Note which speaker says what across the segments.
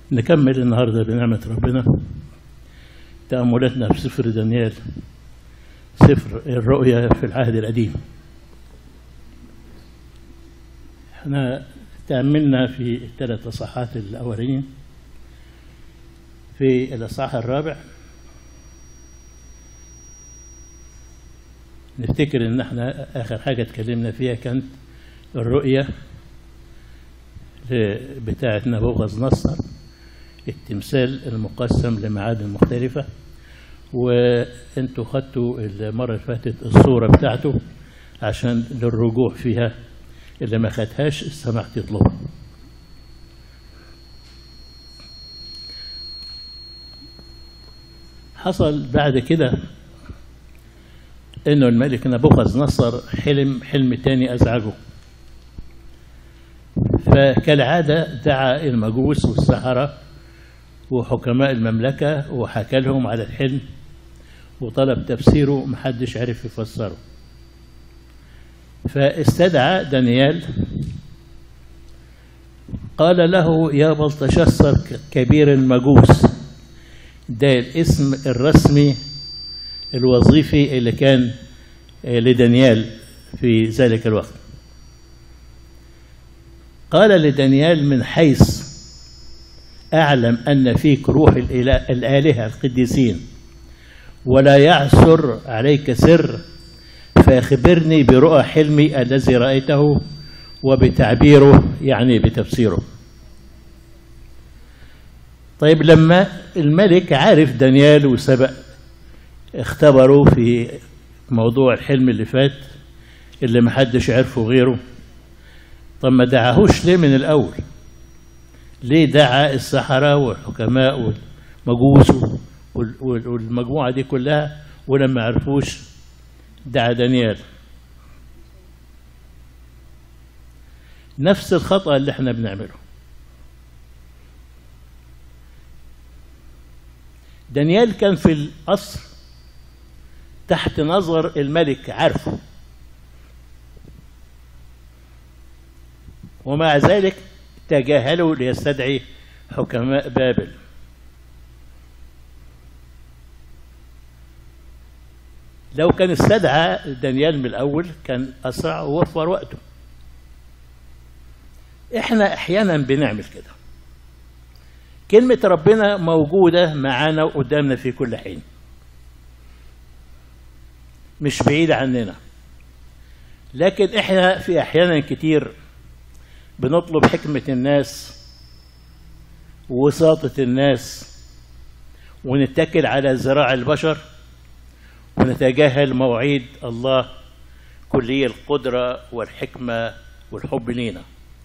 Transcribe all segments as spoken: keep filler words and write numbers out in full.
Speaker 1: نكمل النهارده بنعمة ربنا تأملاتنا في سفر دانيال، سفر الرؤيا في العهد القديم. احنا تأملنا في الثلاث اصحاحات الأولين. في الإصحاح الرابع نفتكر ان احنا آخر حاجة اتكلمنا فيها كانت الرؤيا بتاعة نبوخذ نصر، التمثال المقسم لمعادن مختلفة، وانتوا خدتوا المرة اللي فاتت الصورة بتاعته عشان للرجوع فيها، اللي ما خدهاش سمحت يطلبها. حصل بعد كده انه الملك نبوخذ نصر حلم حلم تاني ازعجه، فكالعادة دعا المجوس والسحرة وحكماء المملكة وحكى لهم على الحلم وطلب تفسيره، محدش عرف يفسره. فاستدعى دانيال، قال له: يا بلتشسر كبير المجوس، ده الاسم الرسمي الوظيفي اللي كان لدانيال في ذلك الوقت. قال لدانيال: من حيث أعلم أن فيك روح الآلهة القديسين ولا يعثر عليك سر، فأخبرني برؤى حلمي الذي رأيته وبتعبيره، يعني بتفسيره. طيب، لما الملك عارف دانيال وسبق اختبروا في موضوع الحلم اللي فات اللي محدش عرفه غيره، طب ما دعاهوش ليه من الأول؟ ليه دعا السحرة والحكماء والمجوس والمجموعة دي كلها ولما عرفوش دعا دانيال؟ نفس الخطأ اللي احنا بنعمله. دانيال كان في القصر تحت نظر الملك، عارفه، ومع ذلك تجاهلوا ليستدعي حكماء بابل. لو كان استدعى دانيال من الأول كان أسرع ووفر وقته. احنا احيانا بنعمل كده. كلمة ربنا موجودة معانا وقدامنا في كل حين، مش بعيدة عننا، لكن احنا في احيانا كتير بنطلب حكمة الناس ووساطة الناس ونتكل على ذراع البشر ونتجاهل مواعيد الله كلي القدرة والحكمة والحب لينا.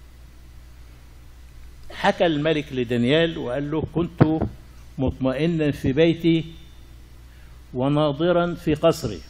Speaker 1: حكى الملك لدانيال وقال له: كنت مطمئنا في بيتي وناظرا في قصري،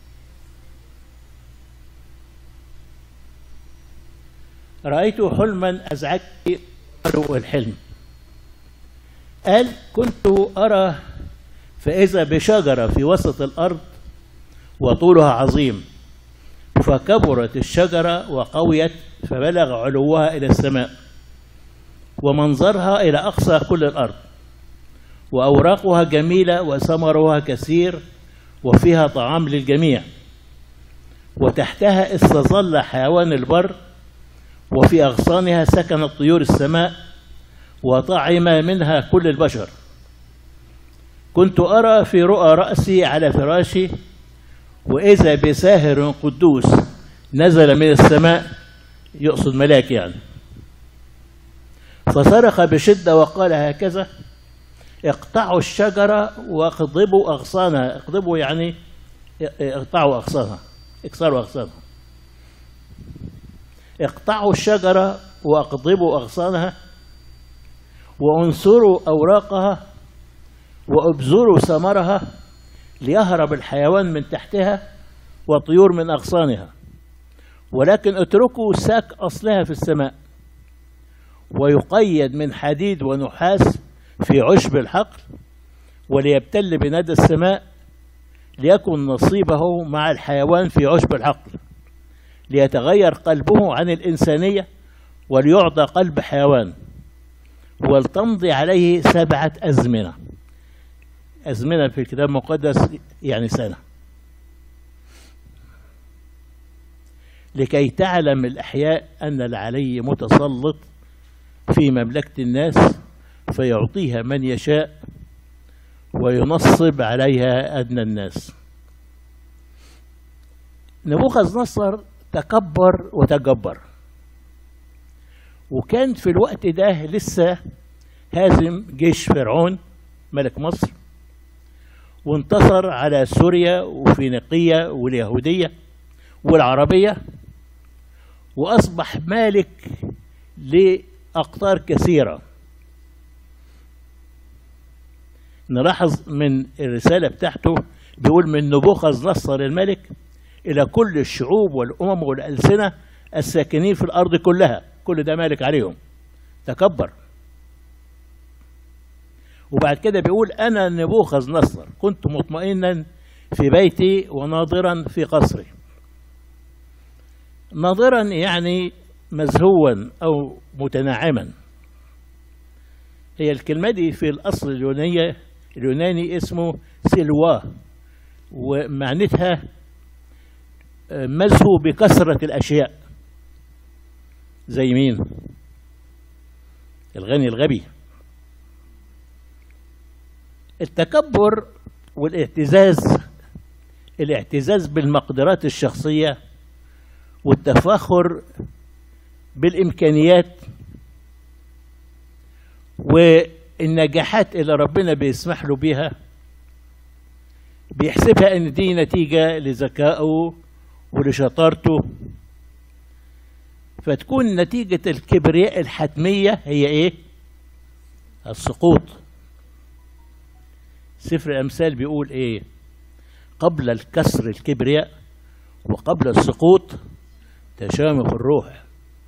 Speaker 1: رأيت حلما أزعجني الحلم. قال: كنت أرى فإذا بشجرة في وسط الأرض وطولها عظيم، فكبرت الشجرة وقويت فبلغ علوها إلى السماء ومنظرها إلى أقصى كل الأرض، وأوراقها جميلة وثمرها كثير وفيها طعام للجميع، وتحتها استظل حيوان البر، وفي أغصانها سكنت طيور السماء وطعم منها كل البشر. كنت أرى في رؤى رأسي على فراشي، وإذا بساهر قدوس نزل من السماء، يقصد ملاك يعني، فصرخ بشدة وقال هكذا: اقطعوا الشجرة واقضبوا أغصانها. اقضبوا يعني اقطعوا أغصانها، اكسروا أغصانها. اقطعوا الشجرة واقضبوا أغصانها وانصروا أوراقها وابذروا ثمرها، ليهرب الحيوان من تحتها والطيور من أغصانها، ولكن اتركوا ساك أصلها في السماء، ويقيد من حديد ونحاس في عشب الحقل، وليبتل بندى السماء، ليكن نصيبه مع الحيوان في عشب الحقل، ليتغير قلبه عن الإنسانية وليعطى قلب حيوان، ولتمضي عليه سبعة أزمنة. أزمنة في الكتاب المقدس يعني سنة، لكي تعلم الأحياء أن العلي متسلط في مملكة الناس، فيعطيها من يشاء وينصب عليها أدنى الناس. نبوخذ نصر تكبر وتجبر، وكان في الوقت ده لسه هازم جيش فرعون ملك مصر، وانتصر على سوريا وفينيقية واليهودية والعربية، وأصبح مالك لأقطار كثيرة. نلاحظ من الرسالة بتاعته بيقول: من نبوخذ نصر الملك إلى كل الشعوب والأمم والألسنة الساكنين في الأرض كلها. كل ده مالك عليهم، تكبر. وبعد كده بيقول: أنا نبوخذ نصر كنت مطمئنا في بيتي وناظرا في قصري. ناظرا يعني مزهوا أو متنعما. هي الكلمة دي في الأصل اليوناني اليوناني اسمه سيلواه، ومعنتها مزهو بكثرة الأشياء. زي مين؟ الغني الغبي. التكبر والاعتزاز، الاعتزاز بالمقدرات الشخصية والتفاخر بالإمكانيات والنجاحات اللي ربنا بيسمح له بيها، بيحسبها ان دي نتيجة لذكائه ولشطارته، فتكون نتيجة الكبرياء الحتمية هي ايه؟ السقوط. سفر الأمثال بيقول ايه؟ قبل الكسر الكبرياء، وقبل السقوط تشامخ الروح.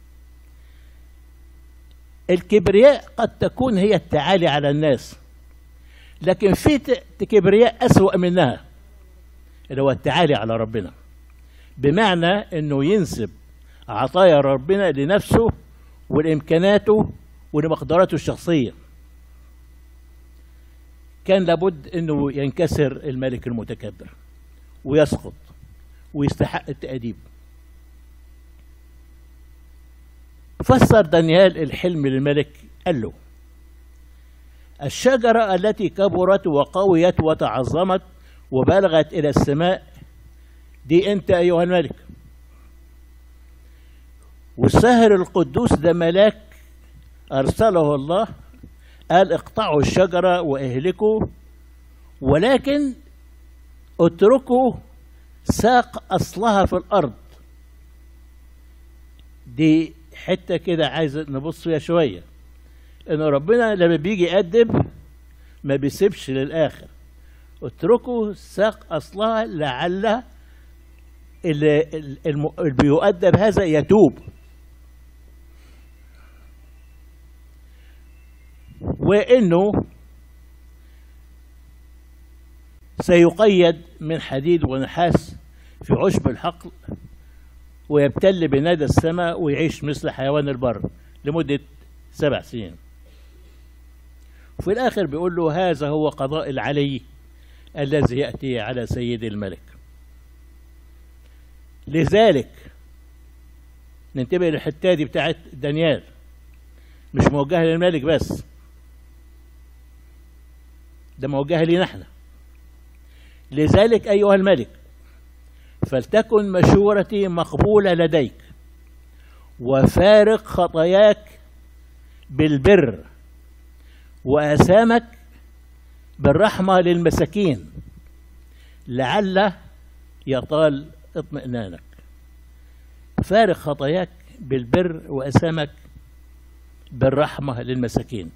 Speaker 1: الكبرياء قد تكون هي التعالي على الناس، لكن في كبرياء أسوأ منها، اللي هو التعالي على ربنا، بمعنى انه ينسب عطايا ربنا لنفسه ولإمكاناته ولمقدراته الشخصية. كان لابد انه ينكسر الملك المتكبر ويسقط ويستحق التأديب. فسر دانيال الحلم للملك، قال له: الشجرة التي كبرت وقويت وتعظمت وبلغت إلى السماء دي أنت أيها الملك، والساهر القدوس ده ملاك أرسله الله، قال: اقطعوا الشجرة واهلكوا، ولكن اتركوا ساق أصلها في الأرض. دي حتة كده عايز نبص فيها شوية، إن ربنا لما بيجي يأدب ما بيسيبش للآخر. اتركوا ساق أصلها لعل اللي, اللي بيؤدب هذا يتوب. وإنه سيقيد من حديد ونحاس في عشب الحقل، ويبتل بندى السماء ويعيش مثل حيوان البر لمدة سبع سنين. وفي الآخر بيقول له: هذا هو قضاء العلي الذي يأتي على سيد الملك. لذلك ننتبه للحتة دي بتاعت دانيال، مش موجهة للملك بس، ده موجهة لينا احنا. لذلك أيها الملك، فلتكن مشورتي مقبولة لديك، وفارق خطاياك بالبر، وآثامك بالرحمة للمساكين، لعل يطال اطمئنانك. فارق خطاياك بالبر وآثامك بالرحمة للمساكين.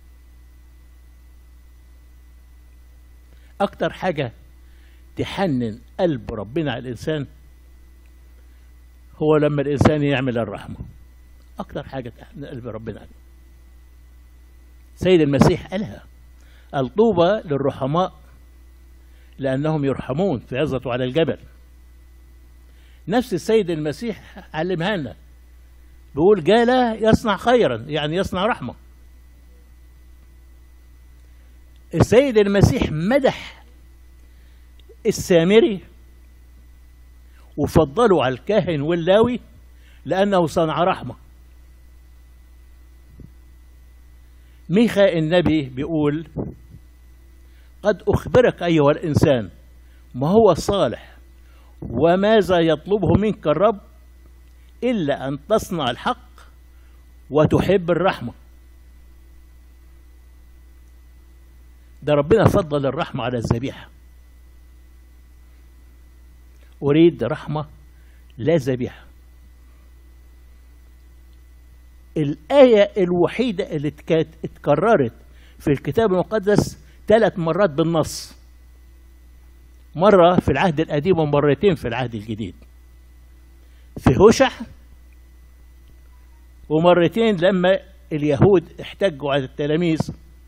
Speaker 1: أكتر حاجة تحنن قلب ربنا على الإنسان هو لما الإنسان يعمل الرحمة. أكتر حاجة تحنن قلب ربنا عليه. سيد المسيح قالها: الطوبى للرحماء لأنهم يرحمون، في عظته على الجبل. نفس السيد المسيح علمها لنا، بيقول: جال يصنع خيرا، يعني يصنع رحمة. السيد المسيح مدح السامري وفضله على الكاهن واللاوي لأنه صنع رحمة. ميخا النبي بيقول: قد أخبرك أيها الإنسان ما هو الصالح وماذا يطلبه منك الرب إلا أن تصنع الحق وتحب الرحمة. ده ربنا فضل الرحمة على الذبيحة. أريد رحمة لا ذبيحة. الآية الوحيدة اللي كانت اتكررت في الكتاب المقدس ثلاث مرات بالنص، مرة في العهد القديم ومرتين في العهد الجديد، في هوشع، ومرتين لما اليهود احتجوا على التلاميذ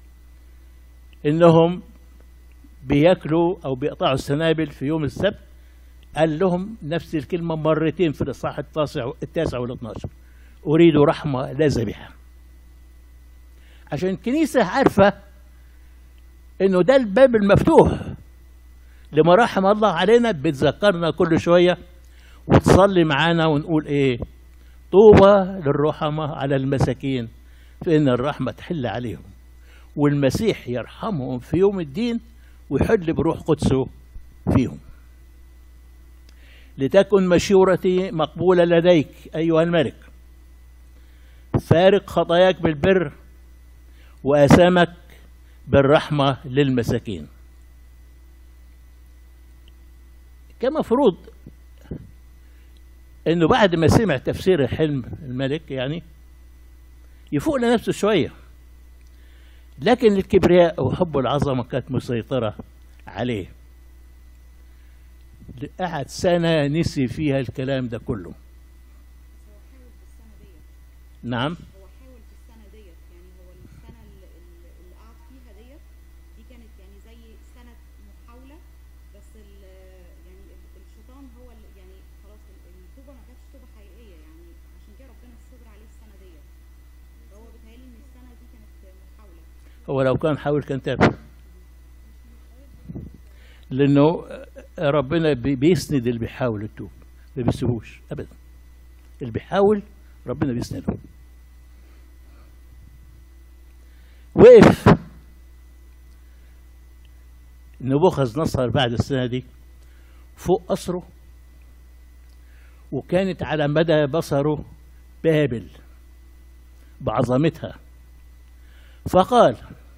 Speaker 1: انهم بياكلوا او بيقطعوا السنابل في يوم السبت، قال لهم نفس الكلمة مرتين في الإصحاح التاسع التاسع والاثناشر: أريد رحمة لا ذبيحة. عشان الكنيسة عارفة إنه ده الباب المفتوح لمراحم الله علينا، بتذكرنا كل شوية وتصلي معانا ونقول إيه: طوبى للرحمة على المساكين فإن الرحمة تحل عليهم، والمسيح يرحمهم في يوم الدين ويحل بروح قدسه فيهم. لتكن مشورتي مقبولة لديك أيها الملك، فارق خطاياك بالبر وآثامك بالرحمة للمساكين. كان مفروض انه بعد ما سمع تفسير الحلم الملك يعني يفوق لنفسه شوية، لكن الكبرياء وحب العظمة كانت مسيطرة عليه. قعد سنة نسي فيها الكلام ده كله. نعم،
Speaker 2: هو حاول في السنة ديت، يعني هو السنة اللي, اللي قعد فيها ديت دي كانت يعني زي سنة محاولة، بس يعني الشيطان هو اللي يعني خلاص التوبة ما كانتش توبة حقيقية، يعني عشان كده ربنا صبر عليه السنة ديت. فهو بيتهيألي إن السنة دي كانت محاولة.
Speaker 1: هو لو كان حاول كان تاب، لأنه ربنا بيسند اللي بيحاول التوب، ما بيسيبوش أبدا. اللي بيحاول ربنا بيسنده. وقف نبوخذ نصر بعد السنة دي فوق قصره، وكانت على مدى بصره بابل بعظمتها، فقال: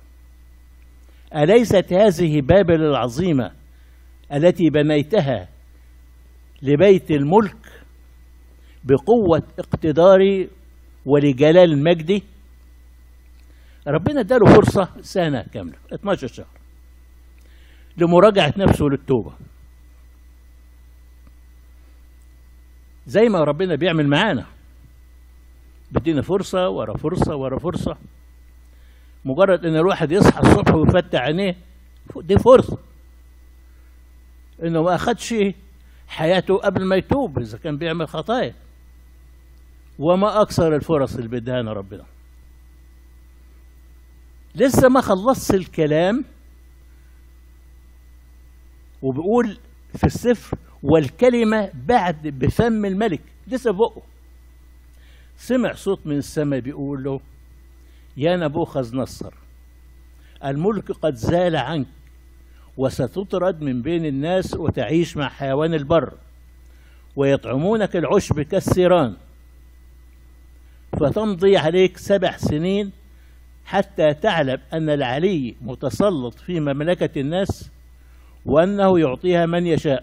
Speaker 1: أليست هذه بابل العظيمة التي بنيتها لبيت الملك بقوة اقتداري ولجلال مجدي؟ ربنا اداله فرصة سنة كاملة اثناشر شهر لمراجعة نفسه للتوبة، زي ما ربنا بيعمل معانا، بدينا فرصة ورا فرصة ورا فرصة. مجرد ان الواحد يصحى الصبح ويفتح عينيه دي فرصة انه ما اخدش حياته قبل ما يتوب اذا كان بيعمل خطايا. وما اكثر الفرص اللي بيدهانا ربنا. لسه ما خلصش الكلام وبيقول في السفر: والكلمة بعد بفم الملك، لسه بقه. سمع صوت من السماء بيقول له: يا نبوخذ نصر، الملك قد زال عنك وستطرد من بين الناس وتعيش مع حيوان البر ويطعمونك العشب كالثيران، فتمضي عليك سبع سنين حتى تعلم أن العلي متسلط في مملكة الناس وأنه يعطيها من يشاء.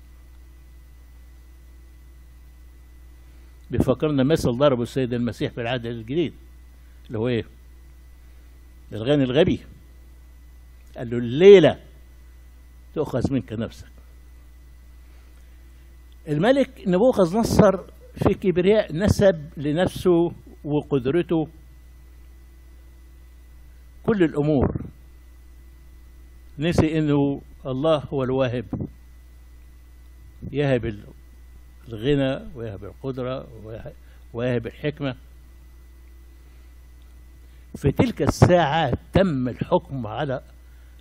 Speaker 1: بيفكرنا مثل ضربه السيد المسيح في العهد الجديد اللي هو ايه؟ الغني الغبي قال له: الليلة تؤخذ منك نفسك. الملك نبوخذ نصر في كبرياء نسب لنفسه وقدرته كل الأمور، نسي إنه الله هو الواهب، يهب الغنى ويهب القدرة ويهب الحكمة. في تلك الساعة تم الحكم على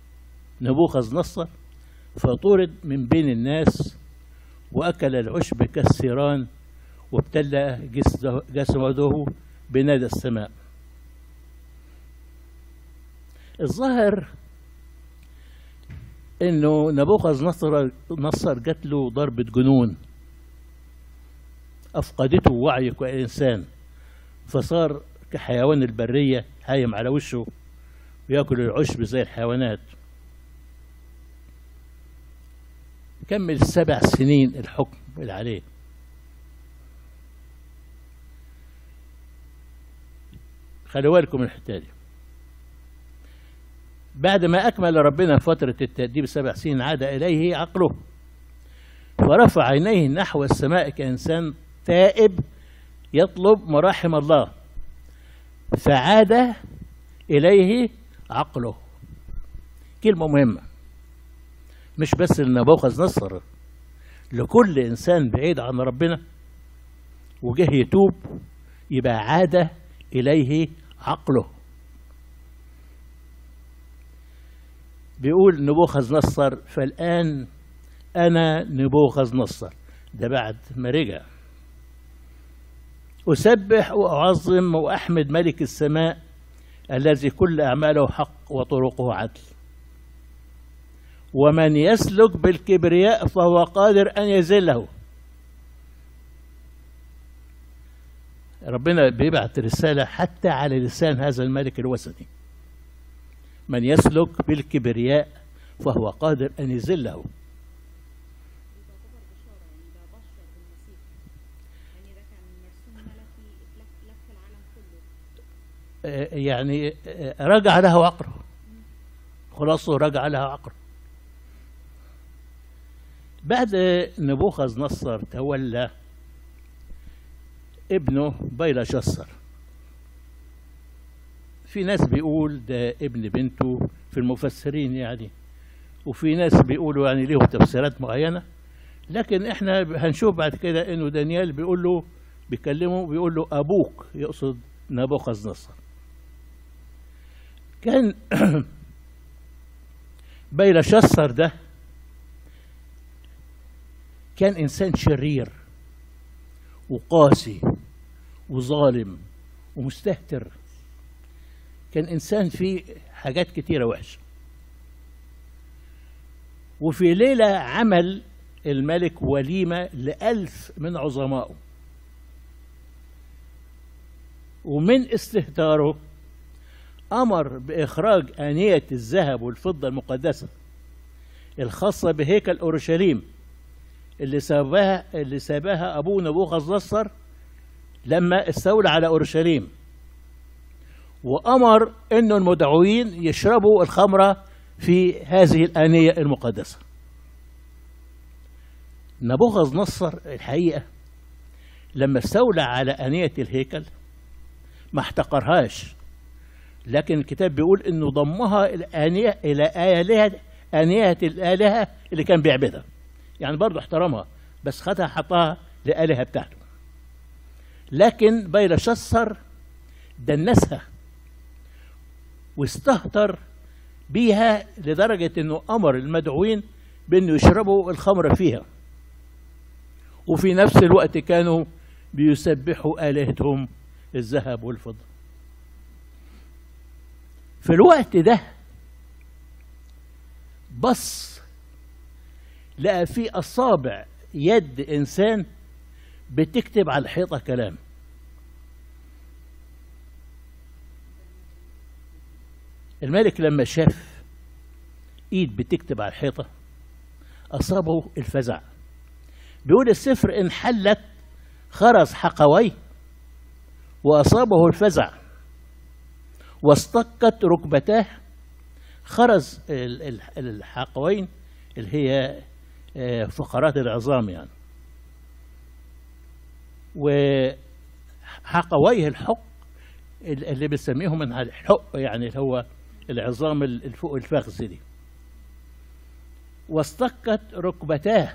Speaker 1: نبوخذ نصر فطرد من بين الناس وأكل العشب كالثيران وابتلى جسده بندى السماء. الظاهر انه نبوخذ نصر نصر جات له ضربة جنون افقدته وعيه كإنسان، فصار كحيوان البرية هايم على وشه وياكل العشب زي الحيوانات. كمل سبع سنين الحكم اللي عليه. خلوا بالكم من الحته دي. بعد ما أكمل ربنا فترة التأديب سبع سنين عاد إليه عقله فرفع عينيه نحو السماء كإنسان تائب يطلب مراحم الله، فعاد إليه عقله. كلمة مهمة مش بس لنبوخذ نصر، لكل إنسان بعيد عن ربنا وجه يتوب يبقى عاد إليه عقله. بيقول نبوخذ نصر فالآن أنا نبوخذ نصر، ده بعد ما رجع، أسبح وأعظم وأحمد ملك السماء الذي كل أعماله حق وطرقه عدل، ومن يسلك بالكبرياء فهو قادر أن يذله. ربنا بيبعت رسالة حتى على لسان هذا الملك الوثني، من يسلك بالكبرياء فهو قادر أن يذله. يعني رجع له عقله، خلاصه رجع له عقله. بعد نبوخذ نصر تولى ابنه بيلشسر. في ناس بيقول ده ابن بنته في المفسرين يعني، وفي ناس بيقولوا يعني ليه تفسيرات معينة، لكن احنا هنشوف بعد كده انه دانيال بيقول له بيكلمه بيقول له ابوك، يقصد نبوخذ نصر. كان بيلشسر ده كان انسان شرير وقاسي وظالم ومستهتر، كان إنسان فيه حاجات كتيرة وحشة. وفي ليلة عمل الملك وليمة لألف من عظمائه، ومن استهتاره أمر بإخراج آنية الذهب والفضة المقدسة الخاصة بهيكل أورشليم اللي سابها اللي سابها أبوه نبوخذ نصر لما استولى على أورشليم، وأمر إنه المدعوين يشربوا الخمرة في هذه الآنية المقدسة. نبوخذ نصر الحقيقة لما استولى على آنية الهيكل ما احتقرهاش، لكن الكتاب بيقول إنه ضمها الآنية إلى آلهة آنية الآلهة اللي كان بيعبدها، يعني برضه احترمها بس خدها حطها لآلهة بتاعته. لكن بيلشسر دنسها واستهتر بيها لدرجة انه امر المدعوين بانه يشربوا الخمر فيها، وفي نفس الوقت كانوا بيسبحوا آلهتهم الذهب والفضة. في الوقت ده بص لقى في أصابع يد إنسان بتكتب على الحيطة كلام. الملك لما شاف ايد بتكتب على الحيطة أصابه الفزع. بيقول السفر انحلت خرز حقويه وأصابه الفزع واصطكت ركبتاه. خرز الحقوين اللي هي فقرات العظام يعني، وحقويه الحق اللي بنسميهم من الحق يعني اللي هو العظام اللي فوق الفخذ دي، واصطكت ركبتاه،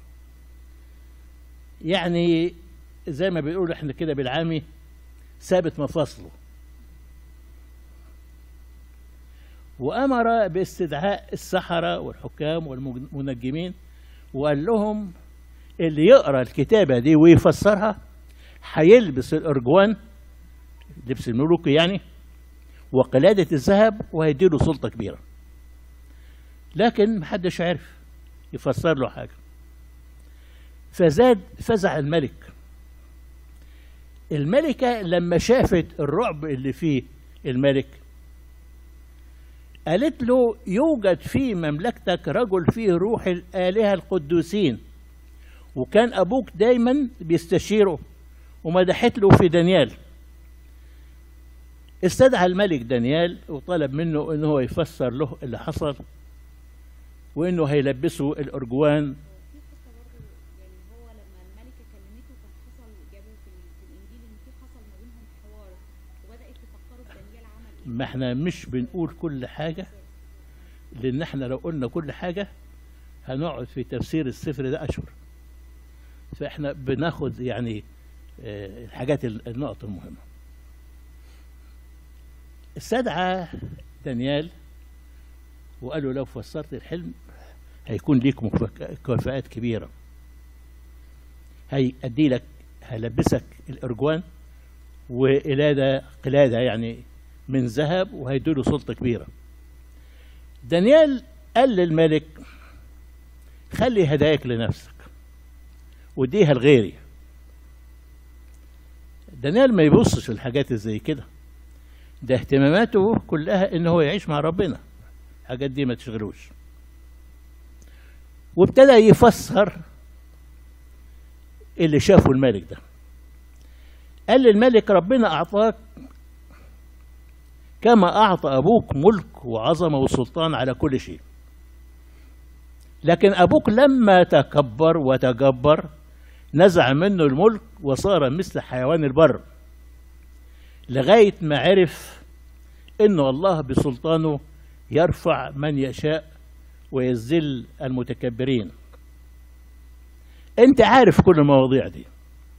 Speaker 1: يعني زي ما بيقولوا احنا كده بالعامي ثابت مفاصله. وأمر باستدعاء السحرة والحكام والمنجمين، وقال لهم اللي يقرأ الكتابة دي ويفسرها هيلبس الأرجوان، لبس الملوكي يعني، وقلادة الذهب، وهيديله سلطة كبيرة. لكن محدش عرف يفسر له حاجة، فزاد فزع الملك. الملكة لما شافت الرعب اللي فيه الملك قالت له يوجد في مملكتك رجل فيه روح الآلهة القدوسين، وكان أبوك دايما بيستشيره، ومدحت له في دانيال. استدعى الملك دانيال وطلب منه انه هو يفسر له اللي حصل، وانه هيلبسه الارجوان.
Speaker 2: في قصه برضه يعني هو لما الملكه كلمته كان حصل، جابوا في ال- في الانجيل ان في حصل ما بينهم حوار، وبدات تفكروا في دانيال عمل ايه.
Speaker 1: ما احنا مش بنقول كل حاجة، لان احنا لو قلنا كل حاجة هنقعد في تفسير السفر ده اشهر، فاحنا بناخد يعني آه، الحاجات ال- النقط المهمة. استدعى دانيال وقال له لو فسرت الحلم هيكون ليك مفك- مكافآت كبيرة، هيأدي لك، هلبسك الأرجوان وقلادة قلادة يعني من ذهب، وهيديله سلطة كبيرة. دانيال قال للملك خلي هداياك لنفسك وديها لغيري. دانيال ما يبصش الحاجات اللي زي كده، ده اهتماماته كلها ان هو يعيش مع ربنا، الحاجات دي ما تشغلوش. وابتدى يفسر اللي شافه الملك ده. قال للملك ربنا اعطاك كما اعطى ابوك ملك وعظمه وسلطان على كل شيء، لكن ابوك لما تكبر وتجبر نزع منه الملك وصار مثل حيوان البر، لغاية ما عرف إنه الله بسلطانه يرفع من يشاء ويذل المتكبرين. أنت عارف كل المواضيع دي،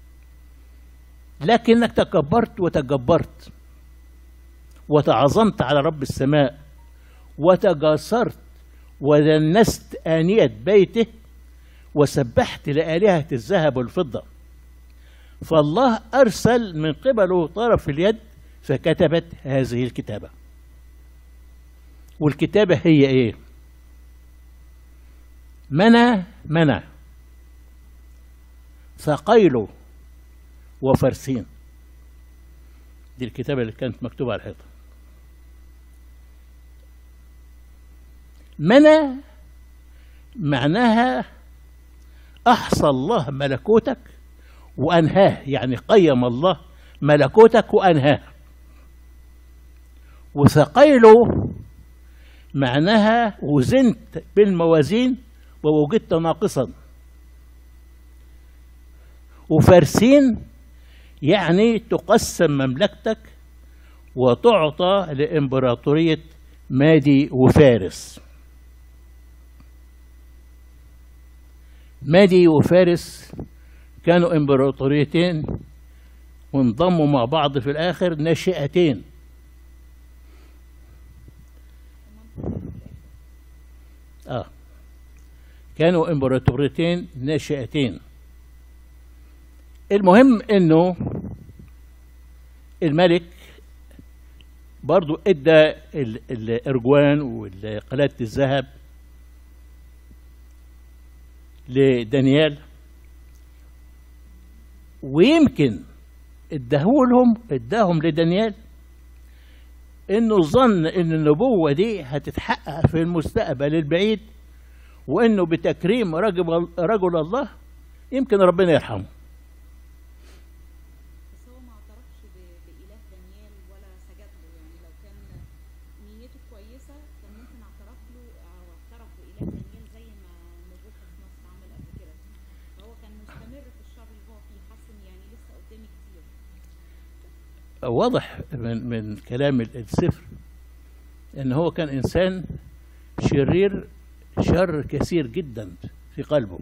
Speaker 1: لكنك تكبرت وتجبرت وتعظمت على رب السماء وتجاسرت ودنست آنية بيته وسبحت لآلهة الذهب والفضة، فالله أرسل من قبله طرف اليد فكتبت هذه الكتابة. والكتابة هي إيه؟ منى منى ثقيل وفرسين، دي الكتابة اللي كانت مكتوبة على الحيطة. منى معناها أحصى الله ملكوتك وأنهاه، يعني قيم الله ملكوتك وأنهاه. وثقيله معناها وزنت بالموازين ووجدت ناقصا. وفارسين يعني تقسم مملكتك وتعطى لإمبراطورية مادي وفارس. مادي وفارس كانوا إمبراطوريتين وانضموا مع بعض في الآخر ناشئتين. آه كانوا إمبراطوريتين ناشئتين. المهم إنه الملك برضو ادى الارجوان وقلادة الذهب لدانيال، ويمكن اداهولهم اداهم لدانيال انه ظن ان النبوة دي هتتحقق في المستقبل البعيد، وانه بتكريم رجل, رجل الله يمكن ربنا يرحمه.
Speaker 2: بس هو ما اعترفش ب- بإله دانيال ولا سجد له، يعني لو كان نيته كويسة كان ممكن اعترف له او اعترف بإله دانيال زي ما نبوخذ نصر عمل قبل كده. فهو كان مستمر في الشر اللي هو فيه، حاسس ان يعني لسه قدامي كتير.
Speaker 1: واضح من من كلام السفر ان هو كان انسان شرير، شر كثير جدا في قلبه،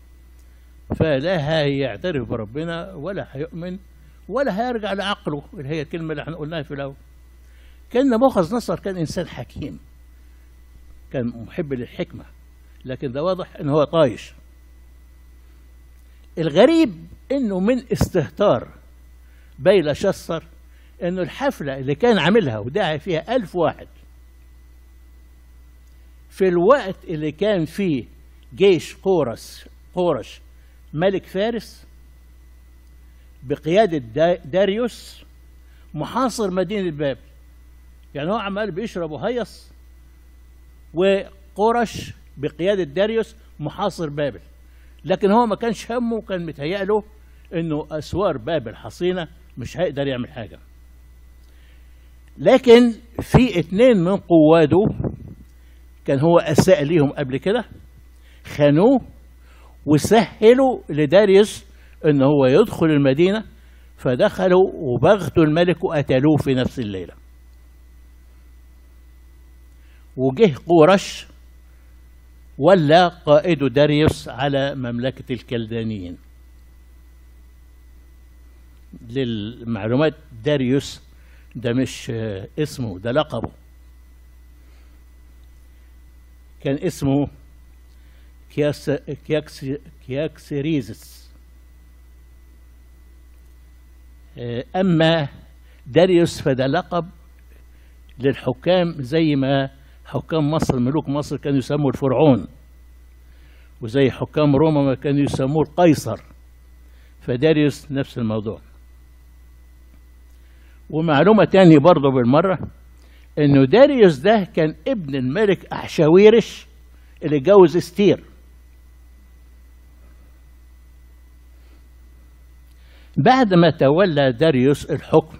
Speaker 1: فلا هيعترف بربنا ولا هيؤمن ولا هيرجع لعقله، اللي هي الكلمه اللي احنا قلناها في الاول. كان نبوخذ نصر كان انسان حكيم كان محب للحكمة، لكن ده واضح ان هو طايش. الغريب انه من استهتار بيلشسر انه الحفلة اللي كان عاملها وداعي فيها ألف واحد في الوقت اللي كان فيه جيش قورش قورش ملك فارس بقيادة داريوس محاصر مدينة بابل. يعني هو عمال بيشرب وهيص، وقورش بقيادة داريوس محاصر بابل، لكن هو ما كانش همه، وكان متهيأ له انه اسوار بابل حصينة مش هيقدر يعمل حاجة. لكن في اتنين من قواده كان هو اساء ليهم قبل كده، خانوه وسهلوا لداريوس ان هو يدخل المدينة، فدخلوا وبغتوا الملك وقتلوه في نفس الليلة. وجه قورش ولا قائد داريوس على مملكة الكلدانيين. للمعلومات داريوس ده مش اسمه، ده لقبه. كان اسمه كياس كياكس كياكسيريزس. أما داريوس فده لقب للحكام، زي ما حكام مصر ملوك مصر كانوا يسموا الفرعون، وزي حكام روما ما كانوا يسموه القيصر، فداريوس نفس الموضوع. ومعلومة تانية برضه بالمرة، انه داريوس ده كان ابن الملك احشاويرش اللي جوز استير. بعد ما تولى داريوس الحكم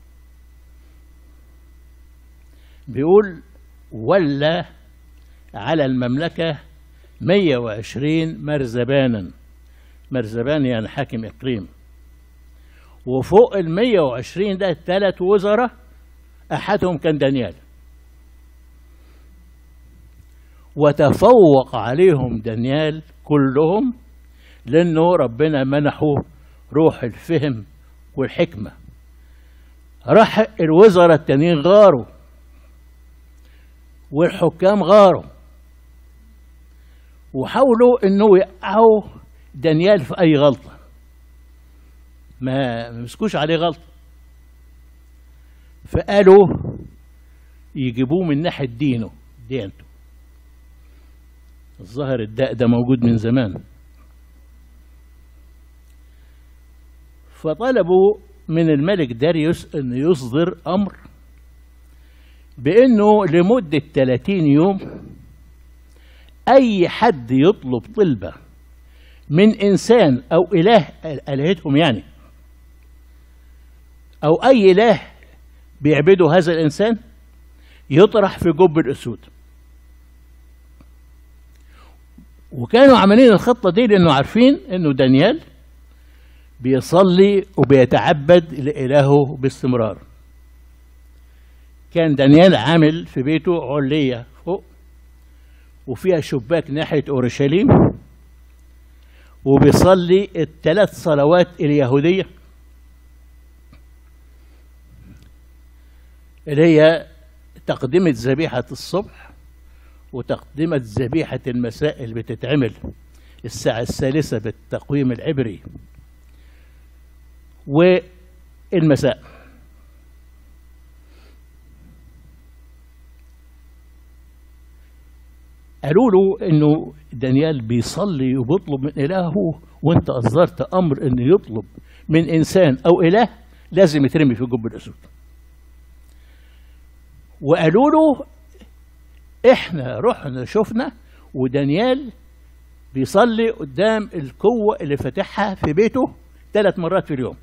Speaker 1: بيقول ولى على المملكة مية وعشرين مرزبانا. مرزبان يعني حاكم إقليم. وفوق ال مية وعشرين ده ثلاث وزراء، أحدهم كان دانيال. وتفوق عليهم دانيال كلهم، لأنه ربنا منحه روح الفهم والحكمة. راح الوزراء التانيين غاروا، والحكام غاروا، وحاولوا انه يقعوا دانيال في اي غلطة، ما مسكوش عليه غلطة، فقالوا يجيبوه من ناحية دينه ديانته. الظاهر الداء ده موجود من زمان. فطلبوا من الملك داريوس أن يصدر أمر بأنه لمدة ثلاثين يوم أي حد يطلب طلبة من إنسان أو إله آلهتهم يعني، أو أي إله بيعبدوا هذا الإنسان، يطرح في جب الأسود. وكانوا عاملين الخطة دي لأنه عارفين أنه دانيال بيصلي وبيتعبد لإلهه باستمرار. كان دانيال عامل في بيته علية فوق وفيها شباك ناحية أورشليم، وبيصلي الثلاث صلوات اليهودية اللي هي تقدمة ذبيحة الصبح وتقدمة ذبيحة المساء اللي بتتعمل الساعة الثالثة بالتقويم العبري، والمساء. قالوا له انه دانيال بيصلي وبيطلب من الهه، وانت اصدرت امر انه يطلب من انسان او اله لازم يترمي في جب الاسود. وقالوا له احنا رحنا شفنا ودانيال بيصلي قدام القوة اللي فاتحها في بيته ثلاث مرات في اليوم.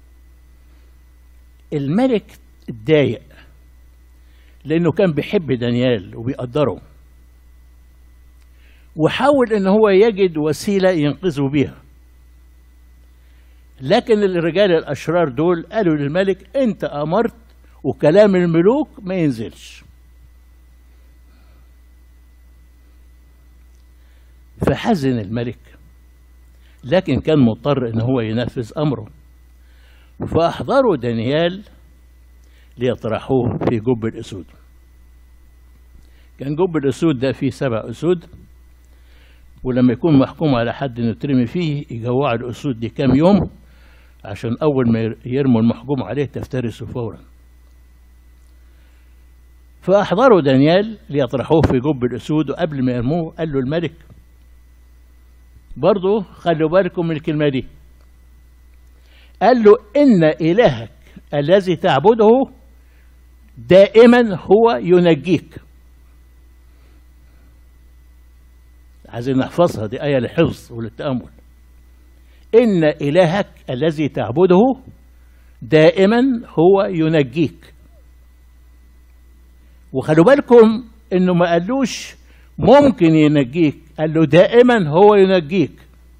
Speaker 1: الملك اتضايق لانه كان بيحب دانيال وبيقدره، وحاول ان هو يجد وسيلة ينقذه بيها. لكن الرجال الاشرار دول قالوا للملك انت امرت وكلام الملوك ما ينزلش. فحزن الملك، لكن كان مضطر ان هو ينفذ امره. فاحضروا دانيال ليطرحوه في جب الاسود. كان جب الأسود ده فيه سبع أسود، ولما يكون محكوم على حد إنه يترمي فيه يجوع الأسود دي كام يوم عشان أول ما يرموا المحكوم عليه تفترسه فورا. فأحضروا دانيال ليطرحوه في جب الأسود، وقبل ما يرموه قال له الملك برضه خلوا بالكم من الكلمة دي، قال له إن إلهك الذي تعبده دائما هو ينجيك. عايزين نحفظها، دي آية للحفظ وللتأمل. إن إلهك الذي تعبده دائما هو ينجيك. وخلوا بالكم إنه ما قالوش ممكن ينجيك، قال له دائما هو ينجيك.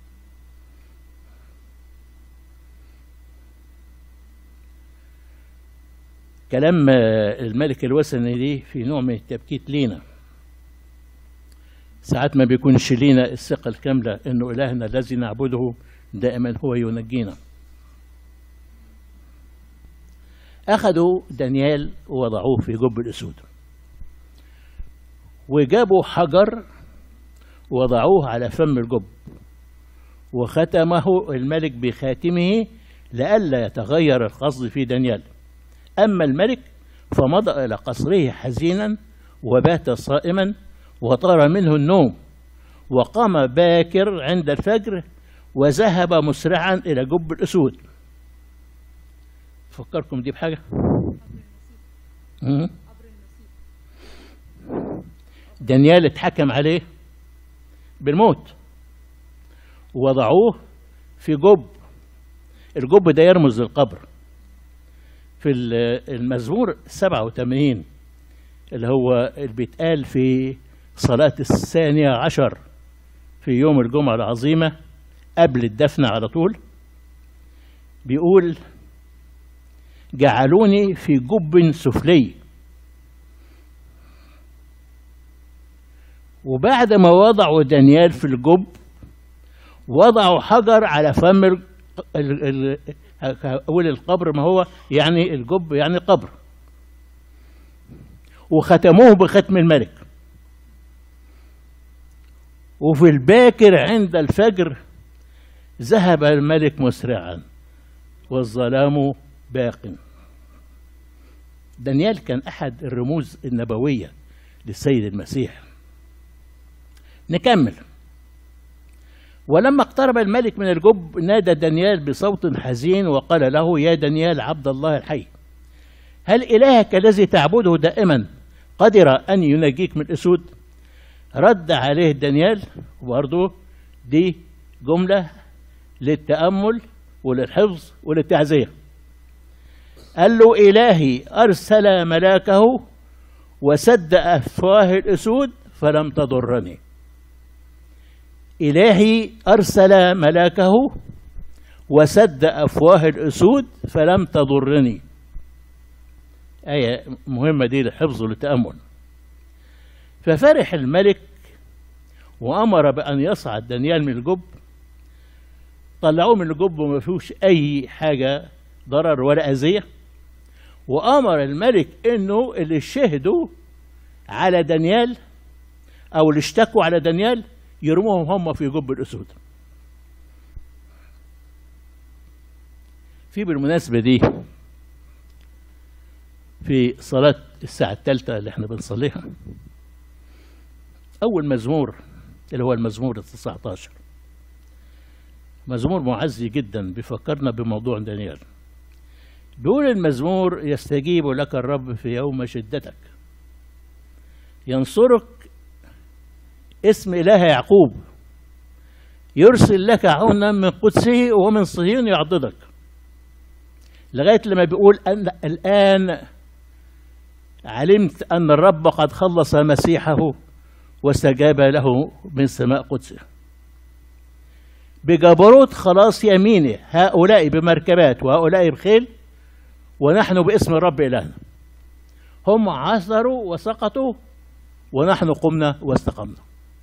Speaker 1: كلام الملك الوثني دي في نوع من التبكيت لينا، ساعات ما بيكونش لينا الثقة الكاملة إنه إلهنا الذي نعبده دائما هو ينجينا. أخذوا دانيال ووضعوه في جب الأسود، وجابوا حجر ووضعوه على فم الجب، وختمه الملك بخاتمه لئلا يتغير القصد في دانيال. أما الملك فمضى إلى قصره حزينا وبات صائما، وطار منه النوم، وقام باكر عند الفجر وذهب مسرعا إلى جب الأسود. فكركم دي بحاجة؟ دانيال اتحكم عليه بالموت، ووضعوه في جب. الجب ده يرمز للقبر. في المزمور سبعة وثمانين اللي هو اللي بيتقال في صلاة الثانية عشر في يوم الجمعة العظيمة قبل الدفن على طول، بيقول جعلوني في جب سفلي. وبعد ما وضعوا دانيال في الجب وضعوا حجر على فم ال ال أقول القبر، ما هو يعني الجب يعني قبر، وختموه بختم الملك. وفي الباكر عند الفجر ذهب الملك مسرعا والظلام باق. دانيال كان أحد الرموز النبوية للسيد المسيح. نكمل. ولما اقترب الملك من الجب نادى دانيال بصوت حزين وقال له: يا دانيال عبد الله الحي، هل إلهك الذي تعبده دائما قدر أن ينجيك من الأسود؟ رد عليه دانيال، وبرضه دي جملة للتأمل وللحفظ وللتعزية. قال له: إلهي أرسل ملاكه وسد أفواه الأسود فلم تضرني. إلهي أرسل ملاكه وسد أفواه الأسود فلم تضرني. آية مهمة دي للحفظ وللتأمل. ففرح الملك وأمر بأن يصعد دانيال من الجب. طلعوه من الجب وما فيهوش أي حاجة ضرر ولا أذية. وأمر الملك إنه اللي شهدوا على دانيال أو اللي اشتكوا على دانيال يرموهم هم في جب الأسود. في بالمناسبة دي في صلاة الساعة الثالثة اللي احنا بنصليها، أول مزمور اللي هو المزمور التسعة عشر، مزمور معزي جدا بيفكرنا بموضوع دانيال. بيقول المزمور: يستجيب لك الرب في يوم شدتك، ينصرك اسم إله يعقوب، يرسل لك عونا من قدسه ومن صهيون يعضدك. لغاية لما بيقول أن الآن علمت أن الرب قد خلص مسيحه واستجاب له من سماء قدسه. بجبروت خلاص يمينه هؤلاء بمركبات وهؤلاء بخيل، ونحن باسم الرب إلهنا. هم عثروا وسقطوا ونحن قمنا واستقمنا.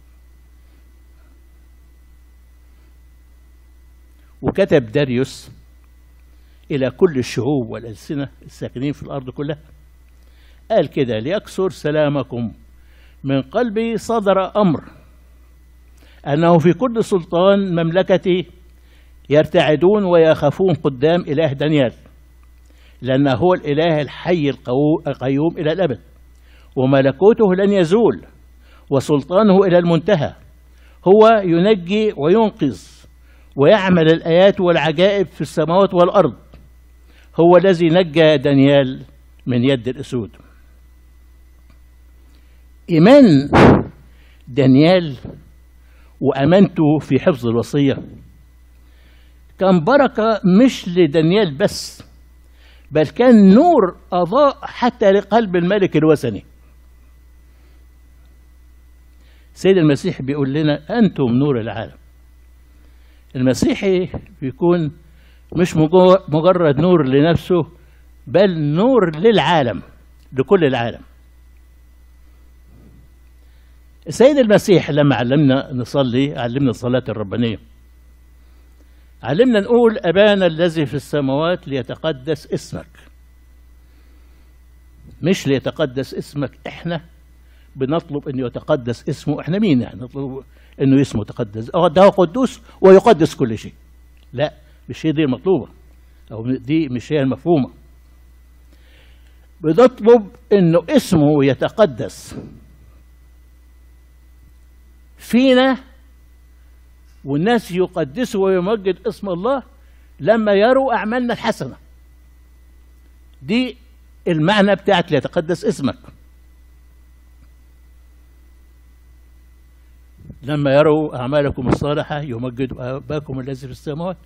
Speaker 1: وكتب داريوس إلى كل الشعوب والألسنة الساكنين في الأرض كلها، قال كده: ليكثر سلامكم من قلبي صدر أمر أنه في كل سلطان مملكتي يرتعدون ويخافون قدام إله دانيال، لأنه هو الإله الحي القيوم إلى الأبد، وملكوته لن يزول، وسلطانه إلى المنتهى. هو ينجي وينقذ ويعمل الآيات والعجائب في السماوات والأرض. هو الذي نجى دانيال من يد الأسود. إيمان دانيال وأمانته في حفظ الوصية كان بركة مش لدانيال بس، بل كان نور أضاء حتى لقلب الملك الوثني. سيد المسيح بيقول لنا أنتم نور العالم. المسيحي بيكون مش مجرد نور لنفسه، بل نور للعالم، لكل العالم. السيد المسيح لما علمنا نصلي علمنا الصلاة الربانية، علمنا نقول أبانا الذي في السماوات ليتقدس اسمك. مش ليتقدس اسمك احنا بنطلب انه يتقدس اسمه، احنا مين يعني نطلب انه اسمه يتقدس؟ اه ده هو قدوس ويقدس كل شيء. لا، مش هي دي المطلوبة، او دي مش هي المفهومة. بنطلب انه اسمه يتقدس فينا، والناس يقدسوا ويمجد اسم الله لما يروا أعمالنا الحسنة. دي المعنى بتاعت ليتقدس اسمك. لما يروا أعمالكم الصالحة يمجدوا أباكم الذي في السماوات.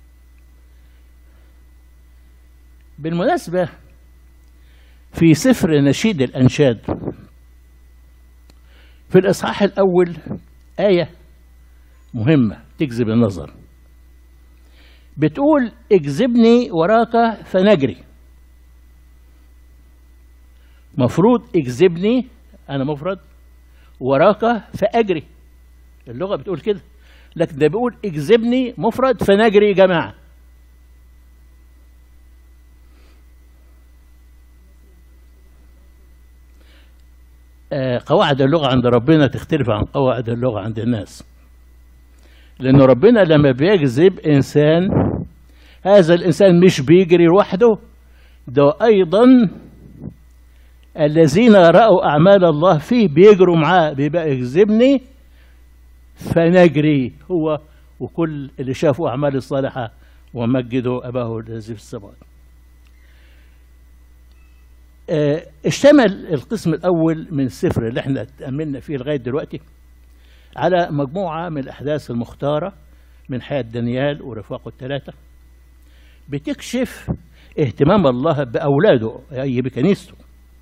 Speaker 1: بالمناسبة في سفر نشيد الأنشاد في الإصحاح الأول آية مهمة تجذب النظر، بتقول اجذبني وراك فنجري. مفروض اجذبني أنا مفرد، وراك فأجري، اللغة بتقول كده، لكن ده بيقول اجذبني مفرد فنجري جماعة. آه قواعد اللغة عند ربنا تختلف عن قواعد اللغة عند الناس، لأن ربنا لما بيجذب إنسان، هذا الإنسان مش بيجري لوحده، ده أيضا الذين رأوا أعمال الله فيه بيجروا معاه. بيبقى يجذبني فنجري، هو وكل اللي شافوا أعمال الصالحة ومجدوا أباه الذي في السماوات. اه اشتمل القسم الأول من السفر اللي احنا تأملنا فيه لغاية دلوقتي على مجموعة من الأحداث المختارة من حياة دانيال ورفاقه الثلاثة، بتكشف اهتمام الله بأولاده أي بكنيسته.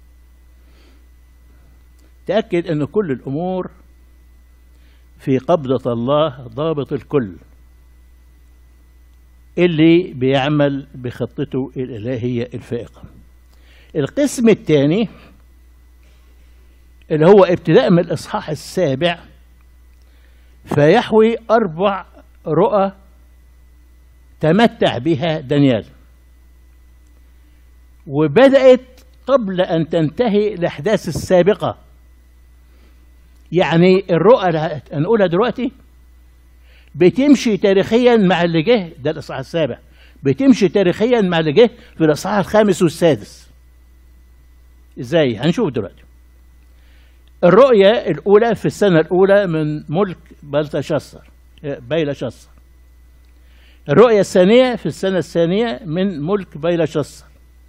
Speaker 1: تأكد أن كل الأمور في قبضة الله ضابط الكل، اللي بيعمل بخطته الإلهية الفائقة. القسم الثاني اللي هو ابتداء من الإصحاح السابع، فيحوي أربع رؤى تمتع بها دانيال، وبدأت قبل أن تنتهي الأحداث السابقة. يعني الرؤى اللي هنقولها دلوقتي بتمشي تاريخيا مع اللي جه، ده الإصحاح السابع، بتمشي تاريخيا مع اللي جه في الإصحاح الخامس والسادس. إزاي؟ هنشوف دلوقتي. الرؤية الأولى في السنة الأولى من ملك بلتشصر بيلشصر. الرؤية الثانية في السنة الثانية من ملك بيلشصر.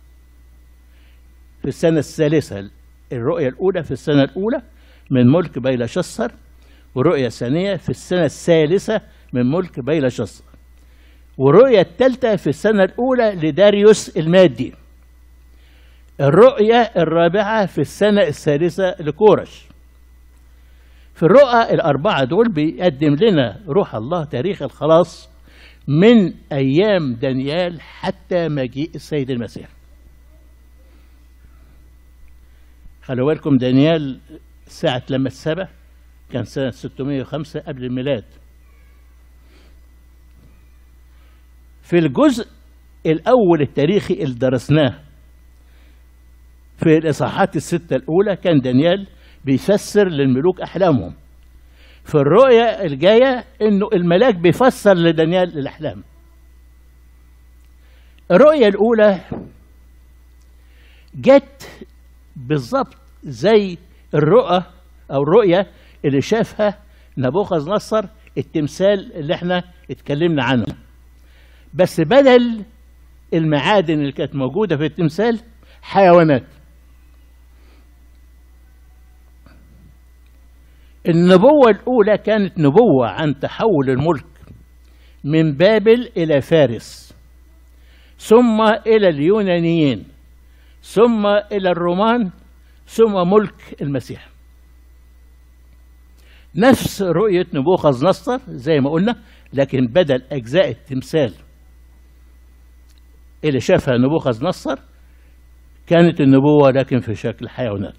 Speaker 1: في السنة الثالثة الرؤية الأولى في السنة الأولى من ملك بيلشصر، والرؤية الثانية في السنة الثالثة من ملك بيلشصر، والرؤية الثالثة في السنة الأولى لداريوس المادي. الرؤية الرابعة في السنة الثالثة لكورش. في الرؤى الأربعة دول بيقدم لنا روح الله تاريخ الخلاص من أيام دانيال حتى مجيء السيد المسيح. خلوا بالكم دانيال ساعة لما اتسبى كان سنة ستمائة وخمسة قبل الميلاد. في الجزء الأول التاريخي اللي درسناه في الإصحاحات الستة الأولى كان دانيال بيفسر للملوك أحلامهم. في الرؤية الجاية إنه الملاك بيفسر لدانيال الأحلام. الرؤية الأولى جت بالظبط زي الرؤى أو الرؤية اللي شافها نبوخذ نصر، التمثال اللي احنا اتكلمنا عنه، بس بدل المعادن اللي كانت موجودة في التمثال حيوانات. النبوة الأولى كانت نبوة عن تحول الملك من بابل إلى فارس، ثم إلى اليونانيين، ثم إلى الرومان، ثم ملك المسيح. نفس رؤية نبوخذ نصر زي ما قلنا، لكن بدل أجزاء التمثال اللي شافها نبوخذ نصر كانت النبوة لكن في شكل حيوانات.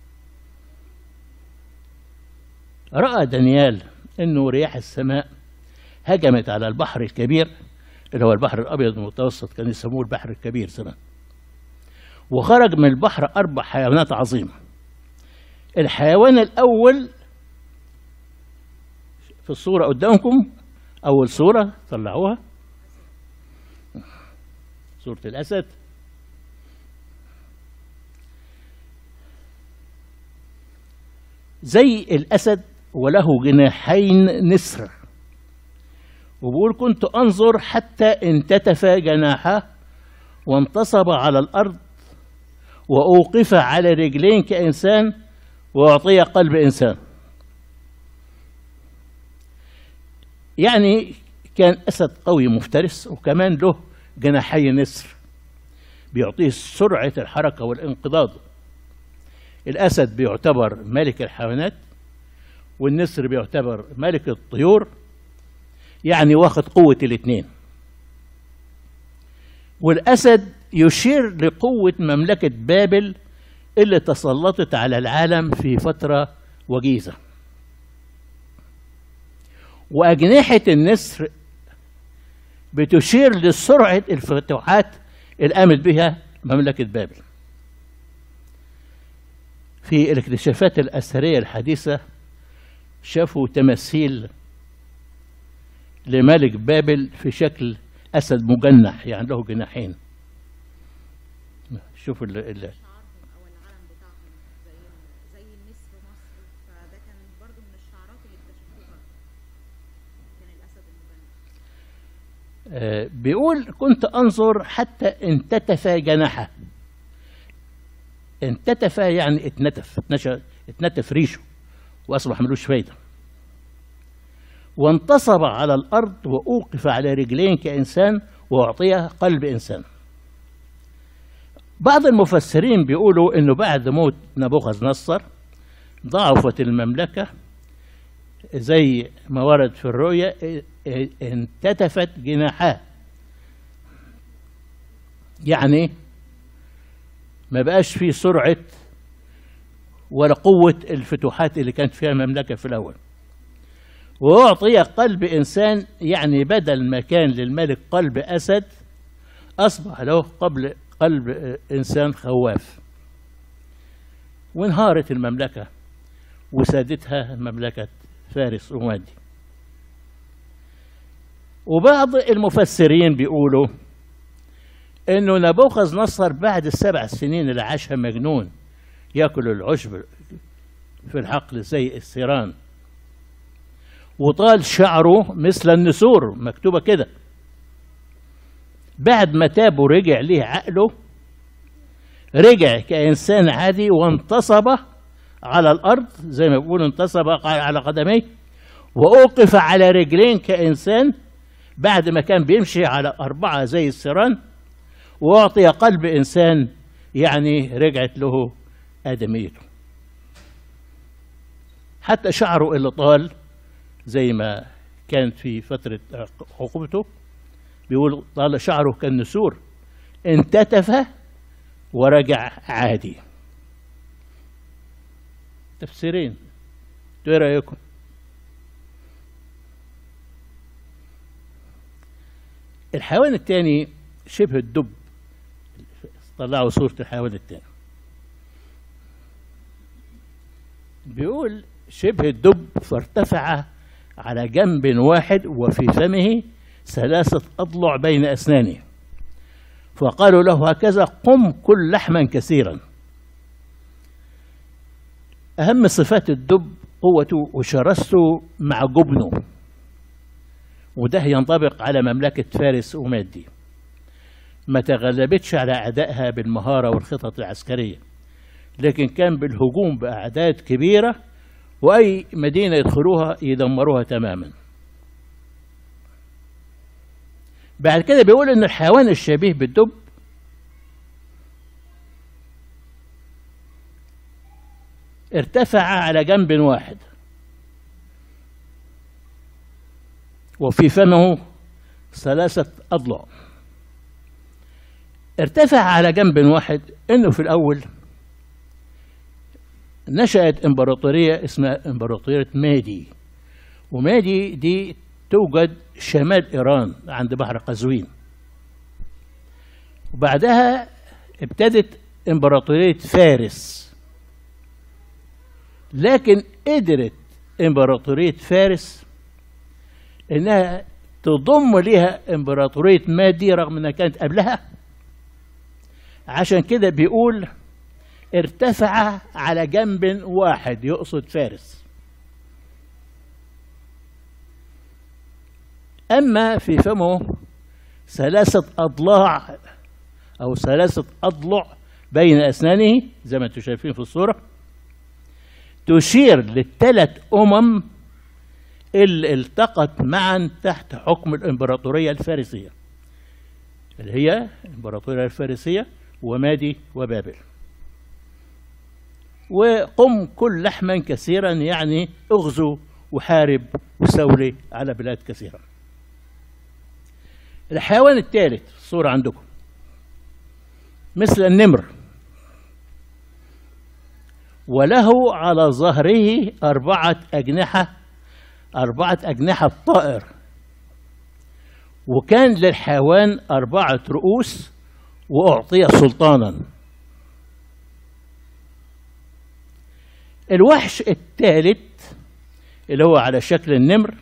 Speaker 1: رأى دانيال أنه رياح السماء هجمت على البحر الكبير اللي هو البحر الأبيض المتوسط، كان يسموه البحر الكبير زمان، وخرج من البحر أربع حيوانات عظيمة. الحيوان الأول في الصورة قدامكم، أول صورة طلعوها، صورة الأسد. زي الأسد وله جناحين نسر، وبيقول كنت أنظر حتى انتتف جناحه وانتصب على الأرض وأوقف على رجلين كإنسان وأعطي قلب إنسان. يعني كان أسد قوي مفترس، وكمان له جناحي نسر بيعطيه سرعة الحركة والانقضاض. الأسد بيعتبر ملك الحيوانات، والنسر بيعتبر ملك الطيور، يعني واخد قوة الاثنين. والأسد يشير لقوة مملكة بابل اللي تسلطت على العالم في فترة وجيزة. وأجنحة النسر بتشير لسرعة الفتوحات اللي قامت بها مملكة بابل. في الاكتشافات الأثرية الحديثة شافوا تماثيل لملك بابل في شكل أسد مجنح، يعني له جناحين. شوفوا ال ال
Speaker 2: شعارهم او العلم بتاعهم زي زي النسر مصر، فده كان برضو من الشعارات اللي اكتشفوها، كان الاسد المجنح.
Speaker 1: آه بيقول كنت انظر حتى انتتف جناحه. انتتف يعني اتنتف، اتنتف ريشه واصبح ملوش فايده. وانتصب على الارض واوقف على رجلين كانسان واعطيه قلب انسان. بعض المفسرين بيقولوا انه بعد موت نبوخذ نصر ضعفت المملكه زي ما ورد في الرؤيا، انتتفت جناحاه، يعني ما بقاش فيه سرعه ولا قوه الفتوحات اللي كانت فيها المملكه في الاول. وأعطي قلب إنسان، يعني بدل ما كان للملك قلب أسد أصبح له قبل قلب إنسان خواف. وانهارت المملكة وسادتها مملكة فارس ومادي. وبعض المفسرين بيقولوا إنه نبوخذ نصر بعد السبع سنين اللي عاشها مجنون يأكل العشب في الحقل زي الثيران، وطال شعره مثل النسور، مكتوبة كده. بعد ما تاب ورجع ليه عقله، رجع كإنسان عادي وانتصب على الأرض زي ما بيقولوا، انتصب على قدميه وأوقف على رجلين كإنسان بعد ما كان بيمشي على أربعة زي الثيران، وأعطي قلب إنسان، يعني رجعت له آدميته. حتى شعره اللي طال زي ما كانت في فترة عقوبته، بيقول طال شعره كالنسور، انتتف ورجع عادي. تفسيرين، ايه رأيكم؟ الحيوان الثاني شبه الدب، طلعوا صورة الحيوان الثاني. بيقول شبه الدب فارتفع على جنب واحد وفي فمه ثلاثة أضلع بين أسنانه، فقالوا له هكذا قم كل لحما كثيرا. أهم صفات الدب قوته وشرسته مع جبنه، وده ينطبق على مملكة فارس ومادي، ما تغلبتش على أعدائها بالمهارة والخطط العسكرية، لكن كان بالهجوم بأعداد كبيرة وأي مدينة يدخلوها يدمروها تماما. بعد كده بيقول إن الحيوان الشبيه بالدب ارتفع على جنب واحد وفي فمه ثلاثة أضلاع. ارتفع على جنب واحد إنه في الأول نشأت إمبراطورية اسمها إمبراطورية مادي، ومادي دي توجد شمال إيران عند بحر قزوين. وبعدها ابتدت إمبراطورية فارس، لكن قدرت إمبراطورية فارس إنها تضم ليها إمبراطورية مادي رغم إنها كانت قبلها. عشان كده بيقول ارتفع على جنب واحد، يقصد فارس. أما في فمه ثلاثة أضلاع أو ثلاثة أضلع بين أسنانه زي ما أنتم شايفين في الصورة، تشير للثلاث أمم اللي التقت معا تحت حكم الإمبراطورية الفارسية، اللي هي الإمبراطورية الفارسية ومادي وبابل. وقم كل لحما كثيرا يعني اغزو وحارب وستولي على بلاد كثيرة. الحيوان الثالث الصورة عندكم مثل النمر، وله على ظهره أربعة أجنحة أربعة أجنحة طائر، وكان للحيوان أربعة رؤوس وأعطي سلطانا. الوحش الثالث اللي هو على شكل النمر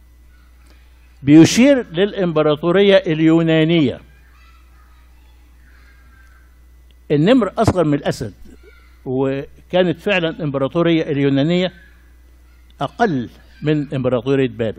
Speaker 1: بيشير للإمبراطورية اليونانية. النمر أصغر من الأسد، وكانت فعلا الإمبراطورية اليونانية أقل من إمبراطورية بابل.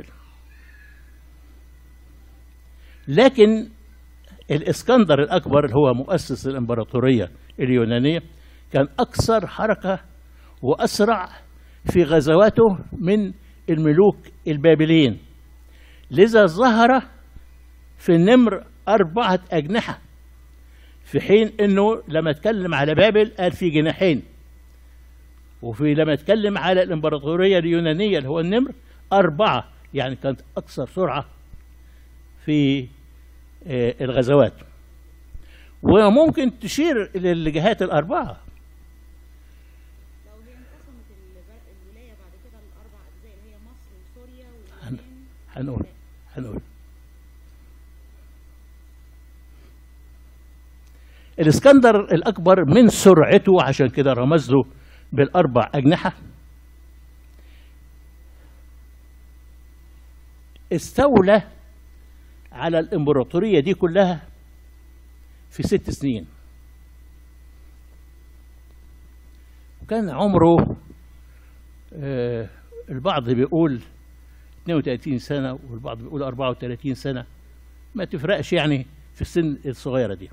Speaker 1: لكن الإسكندر الأكبر اللي هو مؤسس الإمبراطورية اليونانية كان أكثر حركة وأسرع في غزواته من الملوك البابليين، لذا ظهر في النمر أربعة أجنحة، في حين أنه لما اتكلم على بابل قال في جناحين، وفي لما اتكلم على الإمبراطورية اليونانية اللي هو النمر أربعة، يعني كانت أكثر سرعة في الغزوات. وممكن تشير للجهات الأربعة.
Speaker 2: لو هي انقسمت الولاية بعد كده لأربع أجزاء اللي هي مصر وسوريا واليونان،
Speaker 1: هنقول هنقول الإسكندر الأكبر من سرعته عشان كده رمز له بالأربع أجنحة استولى على الإمبراطورية دي كلها في ست سنين، وكان عمره آه البعض بيقول اثنين وثلاثين سنة والبعض بيقول أربعة وثلاثين سنة، ما تفرقش يعني في السن الصغيرة دي.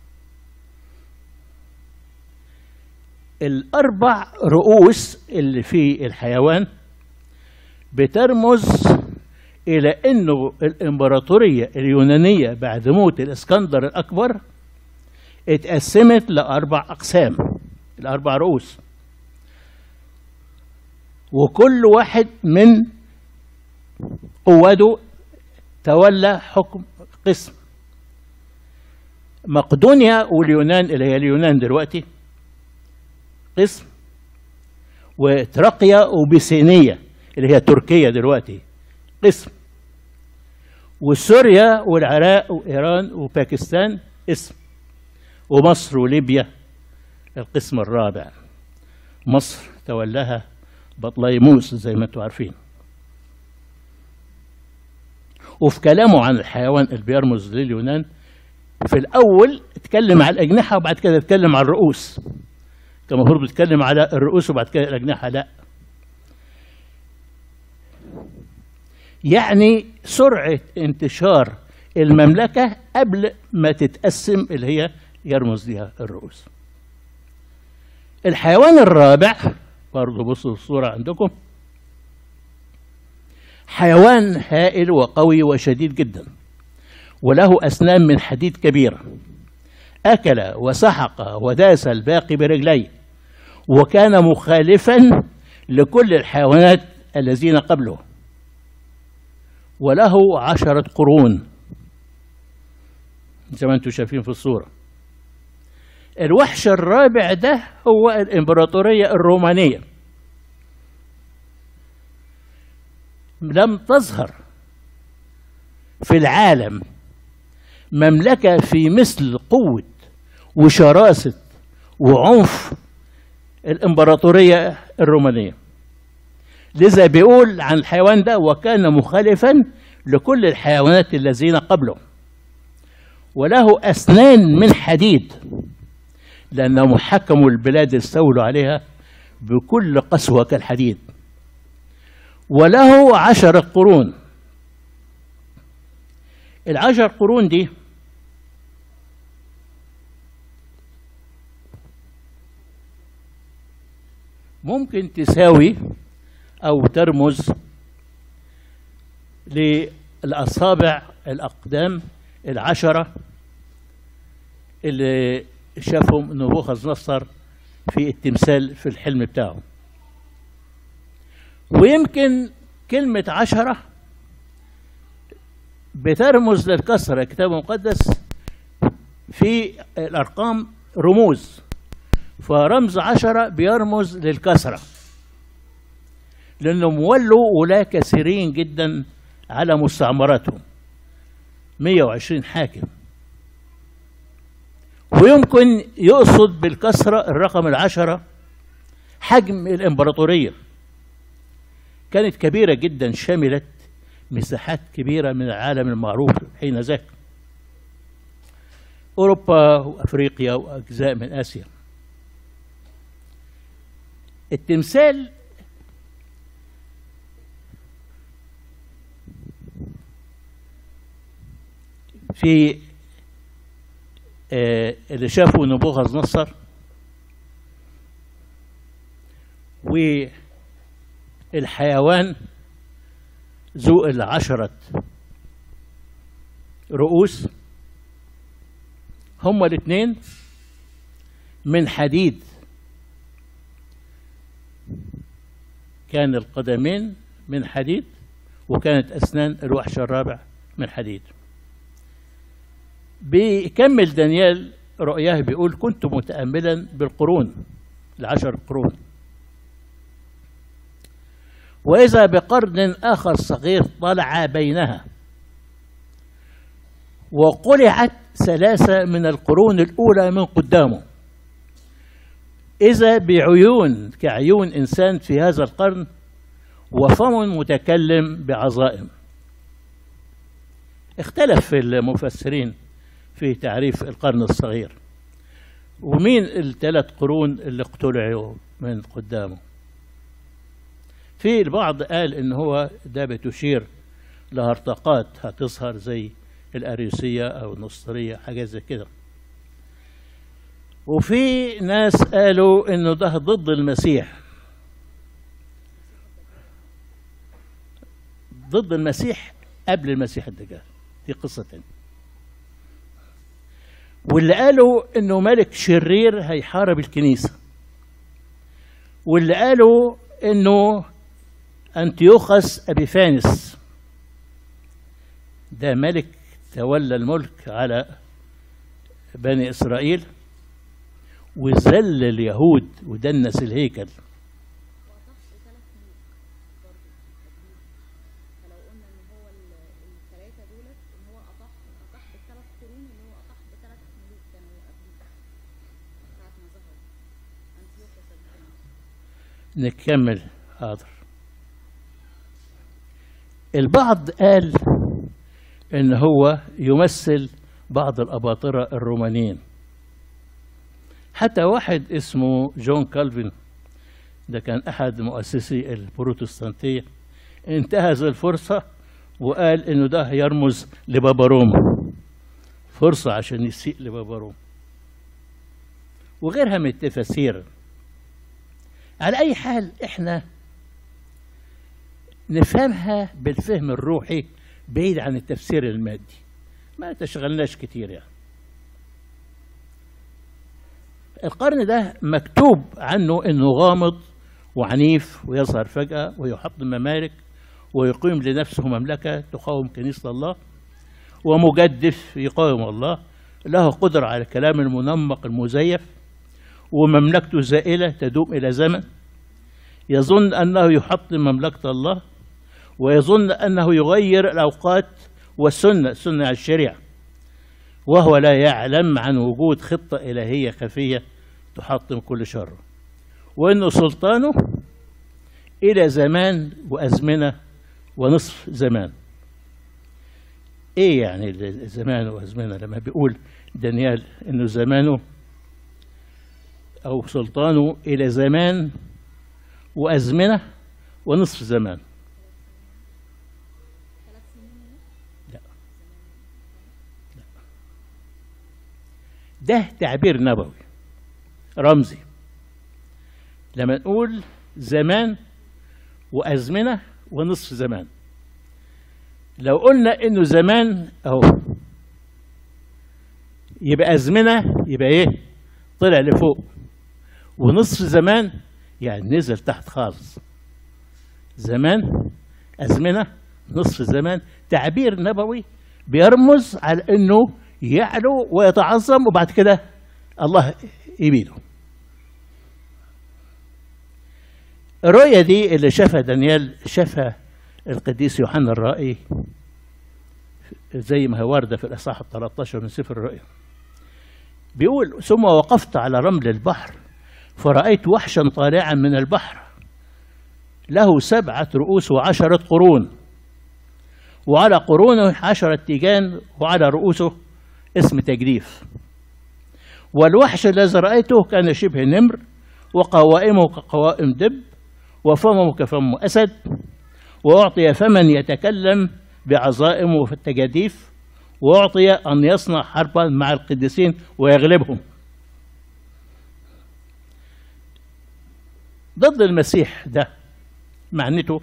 Speaker 1: الأربع رؤوس اللي في الحيوان بترمز إلى أنه الإمبراطورية اليونانية بعد موت الإسكندر الأكبر اتقسمت لأربع أقسام، الأربع رؤوس، وكل واحد من قواده تولى حكم قسم. مقدونيا واليونان اللي هي اليونان دلوقتي قسم، وتراقيا وبيسينية اللي هي تركيا دلوقتي قسم، وسوريا والعراق وإيران وباكستان اسم، ومصر وليبيا القسم الرابع. مصر تولاها بطليموس زي ما انتم عارفين. وفي كلامه عن الحيوان اللي بيرمز لليونان في الأول اتكلم على الأجنحة وبعد كده اتكلم على الرؤوس. كان المفروض يتكلم على الرؤوس وبعد كده الأجنحة، لا. يعني سرعة انتشار المملكة قبل ما تتقسم اللي هي يرمز لها الرؤوس. الحيوان الرابع برضه بصوا الصورة عندكم، حيوان هائل وقوي وشديد جدا، وله أسنان من حديد كبيرة، أكل وسحق وداس الباقي برجليه، وكان مخالفا لكل الحيوانات الذين قبله، وله عشرة قرون زي ما انتم شايفين في الصورة. الوحش الرابع ده هو الإمبراطورية الرومانية. لم تظهر في العالم مملكة في مثل قوة وشراسة وعنف الإمبراطورية الرومانية. لذا بيقول عن الحيوان ده وكان مخالفا لكل الحيوانات الذين قبله، وله أسنان من حديد، لأنهم حكموا البلاد اللي استولوا عليها بكل قسوة كالحديد، وله عشر قرون. العشر قرون دي ممكن تساوي أو ترمز للأصابع الأقدام العشرة اللي شافهم نبوخذ نصر في التمثال في الحلم بتاعه. ويمكن كلمة عشرة بترمز للكسرة. الكتاب المقدس في الأرقام رموز، فرمز عشرة بيرمز للكسرة، لأنهم ولوا ولاة كثيرين جدا على مستعمراتهم، مئة وعشرين حاكم. ويمكن يقصد بالكسرة الرقم العشرة حجم الإمبراطورية، كانت كبيرة جدا، شملت مساحات كبيرة من العالم المعروف حين ذاك، أوروبا وأفريقيا وأجزاء من آسيا. التمثال في آه اللي شافه نبوخذ نصر والحيوان ذو العشرة رؤوس، هما الاثنين من حديد، كان القدمين من حديد وكانت أسنان الوحش الرابع من حديد. بيكمل دانيال رؤياه بيقول كنت متأملا بالقرون العشر قرون، وإذا بقرن آخر صغير طلع بينها، وقلعت ثلاثة من القرون الأولى من قدامه، إذا بعيون كعيون إنسان في هذا القرن، وفم متكلم بعظائم. اختلف المفسرين في تعريف القرن الصغير، ومين الثلاث قرون اللي اقتلعوا من قدامه. في البعض قال إن هو ده بتشير لهرطقات هتظهر زي الأريوسية أو النصرية، حاجات زي كده. وفي ناس قالوا إنه ده ضد المسيح، ضد المسيح قبل المسيح الدجال، دي قصة تانية. واللي قالوا إنه ملك شرير هيحارب الكنيسة، واللي قالوا إنه أنتيوخس أبيفانس ده ملك تولى الملك على بني إسرائيل وذل اليهود ودنس الهيكل. نكمل حاضر. البعض قال إن هو يمثل بعض الأباطرة الرومانيين. حتى واحد اسمه جون كالفين، ده كان أحد مؤسسي البروتستانتية، انتهز الفرصة وقال إنه ده يرمز لبابا روما، فرصة عشان يسيء لبابا روما، وغيرها من التفاسير. على أي حال إحنا نفهمها بالفهم الروحي بعيد عن التفسير المادي، ما تشغلناش كتير يعني. القرن ده مكتوب عنه إنه غامض وعنيف ويظهر فجأة ويحطم ممالك ويقيم لنفسه مملكة تقاوم كنيسة الله، ومجدف يقاوم الله، له قدرة على الكلام المنمق المزيف، ومملكته زائلة تدوم إلى زمن. يظن أنه يحطم مملكة الله، ويظن أنه يغير الأوقات والسنة، السنة على الشريعة، وهو لا يعلم عن وجود خطة إلهية خفية تحطم كل شر، وأنه سلطانه إلى زمان وأزمنة ونصف زمان. إيه يعني زمان وأزمنة؟ لما بيقول دانيال إنه زمانه أو سلطانه إلى زمان وأزمنة ونصف زمان. لا. لا. ده تعبير نبوي رمزي. لما نقول زمان وأزمنة ونصف زمان، لو قلنا إنه زمان أهو يبقى أزمنة، يبقى إيه؟ طلع لفوق. ونصف زمان يعني نزل تحت خالص. زمان، أزمنة، نصف زمان، تعبير نبوي بيرمز على إنه يعلو ويتعظم وبعد كده الله يبيده. الرؤية دي اللي شافها دانيال شافها القديس يوحنا الرائي زي ما هي واردة في الإصحاح الثالث عشر من سفر الرؤيا. بيقول: ثم وقفت على رمل البحر فرأيت وحشا طالعا من البحر له سبعة رؤوس وعشرة قرون، وعلى قرونه عشرة تيجان، وعلى رؤوسه اسم تجديف. والوحش الذي رأيته كان شبه نمر، وقوائمه كقوائم دب، وفمه كفم أسد، وأعطي فمن يتكلم بعظائمه في التجاديف، وأعطي أن يصنع حربا مع القديسين ويغلبهم. ضد المسيح ده معنته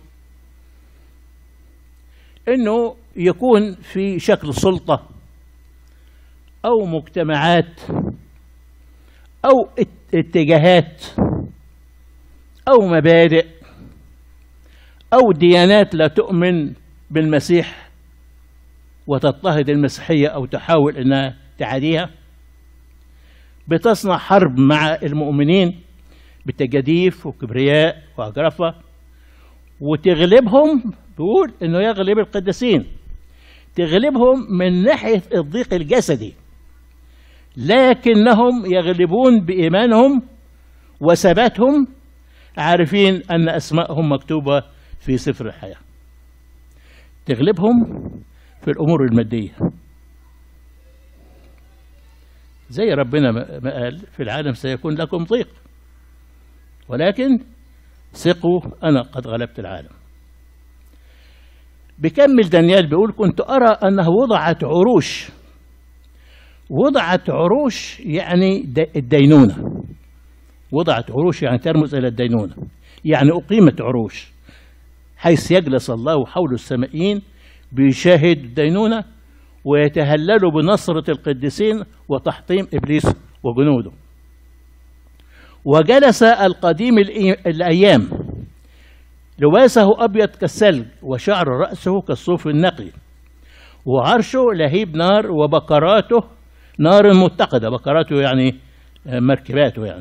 Speaker 1: إنه يكون في شكل سلطة أو مجتمعات أو اتجاهات أو مبادئ أو ديانات لا تؤمن بالمسيح وتضطهد المسيحية أو تحاول أنها تعاديها، بتصنع حرب مع المؤمنين بتجاديف وكبرياء وأجرفة وتغلبهم. بيقول أنه يغلب القديسين، تغلبهم من ناحية الضيق الجسدي، لكنهم يغلبون بإيمانهم وثباتهم، عارفين أن أسماءهم مكتوبة في سفر الحياة. تغلبهم في الأمور المادية، زي ربنا ما قال: في العالم سيكون لكم ضيق، ولكن ثقوا أنا قد غلبت العالم. بيكمل دانيال بيقول: كنت أرى أنه وضعت عروش. وضعت عروش يعني الدينونة. وضعت عروش يعني ترمز إلى الدينونة، يعني أقيمت عروش حيث يجلس الله وحول السمائيين بيشاهد الدينونة ويتهللوا بنصرة القديسين وتحطيم إبليس وجنوده. وجلس القديم الأيام لباسه أبيض كالثلج وشعر رأسه كالصوف النقي، وعرشه لهيب نار وبكراته نار متقدة. بكراته يعني مركباته يعني.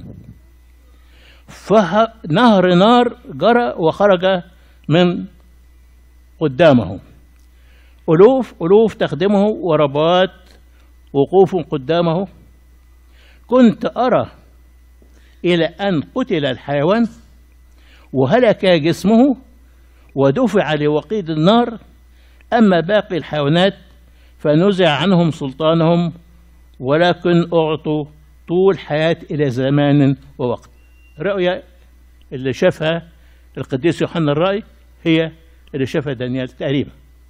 Speaker 1: فنهر نار جرى وخرج من قدامه، ألوف ألوف تخدمه وربات وقوف قدامه. كنت أرى إلى أن قتل الحيوان وهلك جسمه ودفع لوقيد النار. أما باقي الحيوانات فنزع عنهم سلطانهم، ولكن أعطوا طول حياة إلى زمان ووقت. رؤية اللي شافها القديس يوحنا الرائي هي اللي شافها دانيال تقريبا.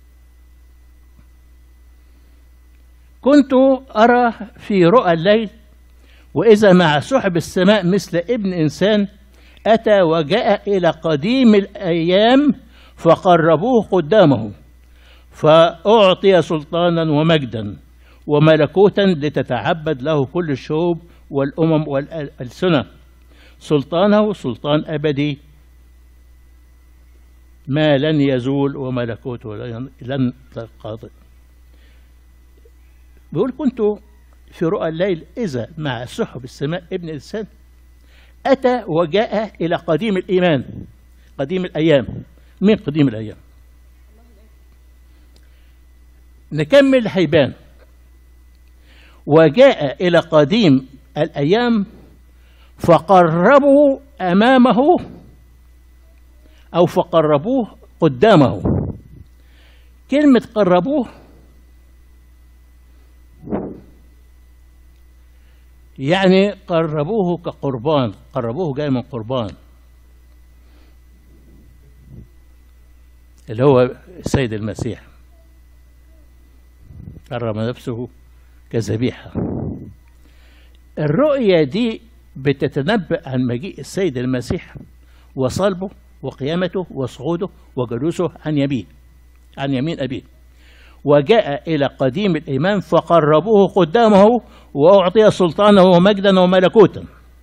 Speaker 1: كنت أرى في رؤى الليل وإذا مع سحب السماء مثل ابن إنسان أتى وجاء إلى قديم الأيام فقربوه قدامه، فأعطي سلطانا ومجدا وملكوتا لتتعبد له كل الشعوب والأمم والألسنة. سلطانه سلطان أبدي ما لن يزول وملكوته لن تنقضي. بيقول كنت في رؤى الليل إذا مع سحب السماء ابن إنسان أتى وجاء إلى قديم الإيمان، قديم الأيام. مين قديم الأيام؟ نكمل هيبان. وجاء إلى قديم الأيام فقربوا أمامه أو فقربوه قدامه. كلمة قربوه يعني قربوه كقربان، قربوه جاي من قربان اللي هو السيد المسيح، قرب نفسه كذبيحة. الرؤية دي بتتنبأ عن مجيء السيد المسيح وصلبه وقيامته وصعوده وجلوسه عن يمين عن يمين أبيه. وجاء إلى قديم الإيمان فقربوه قدامه وأعطي سلطانه ومجدا وملكوتا.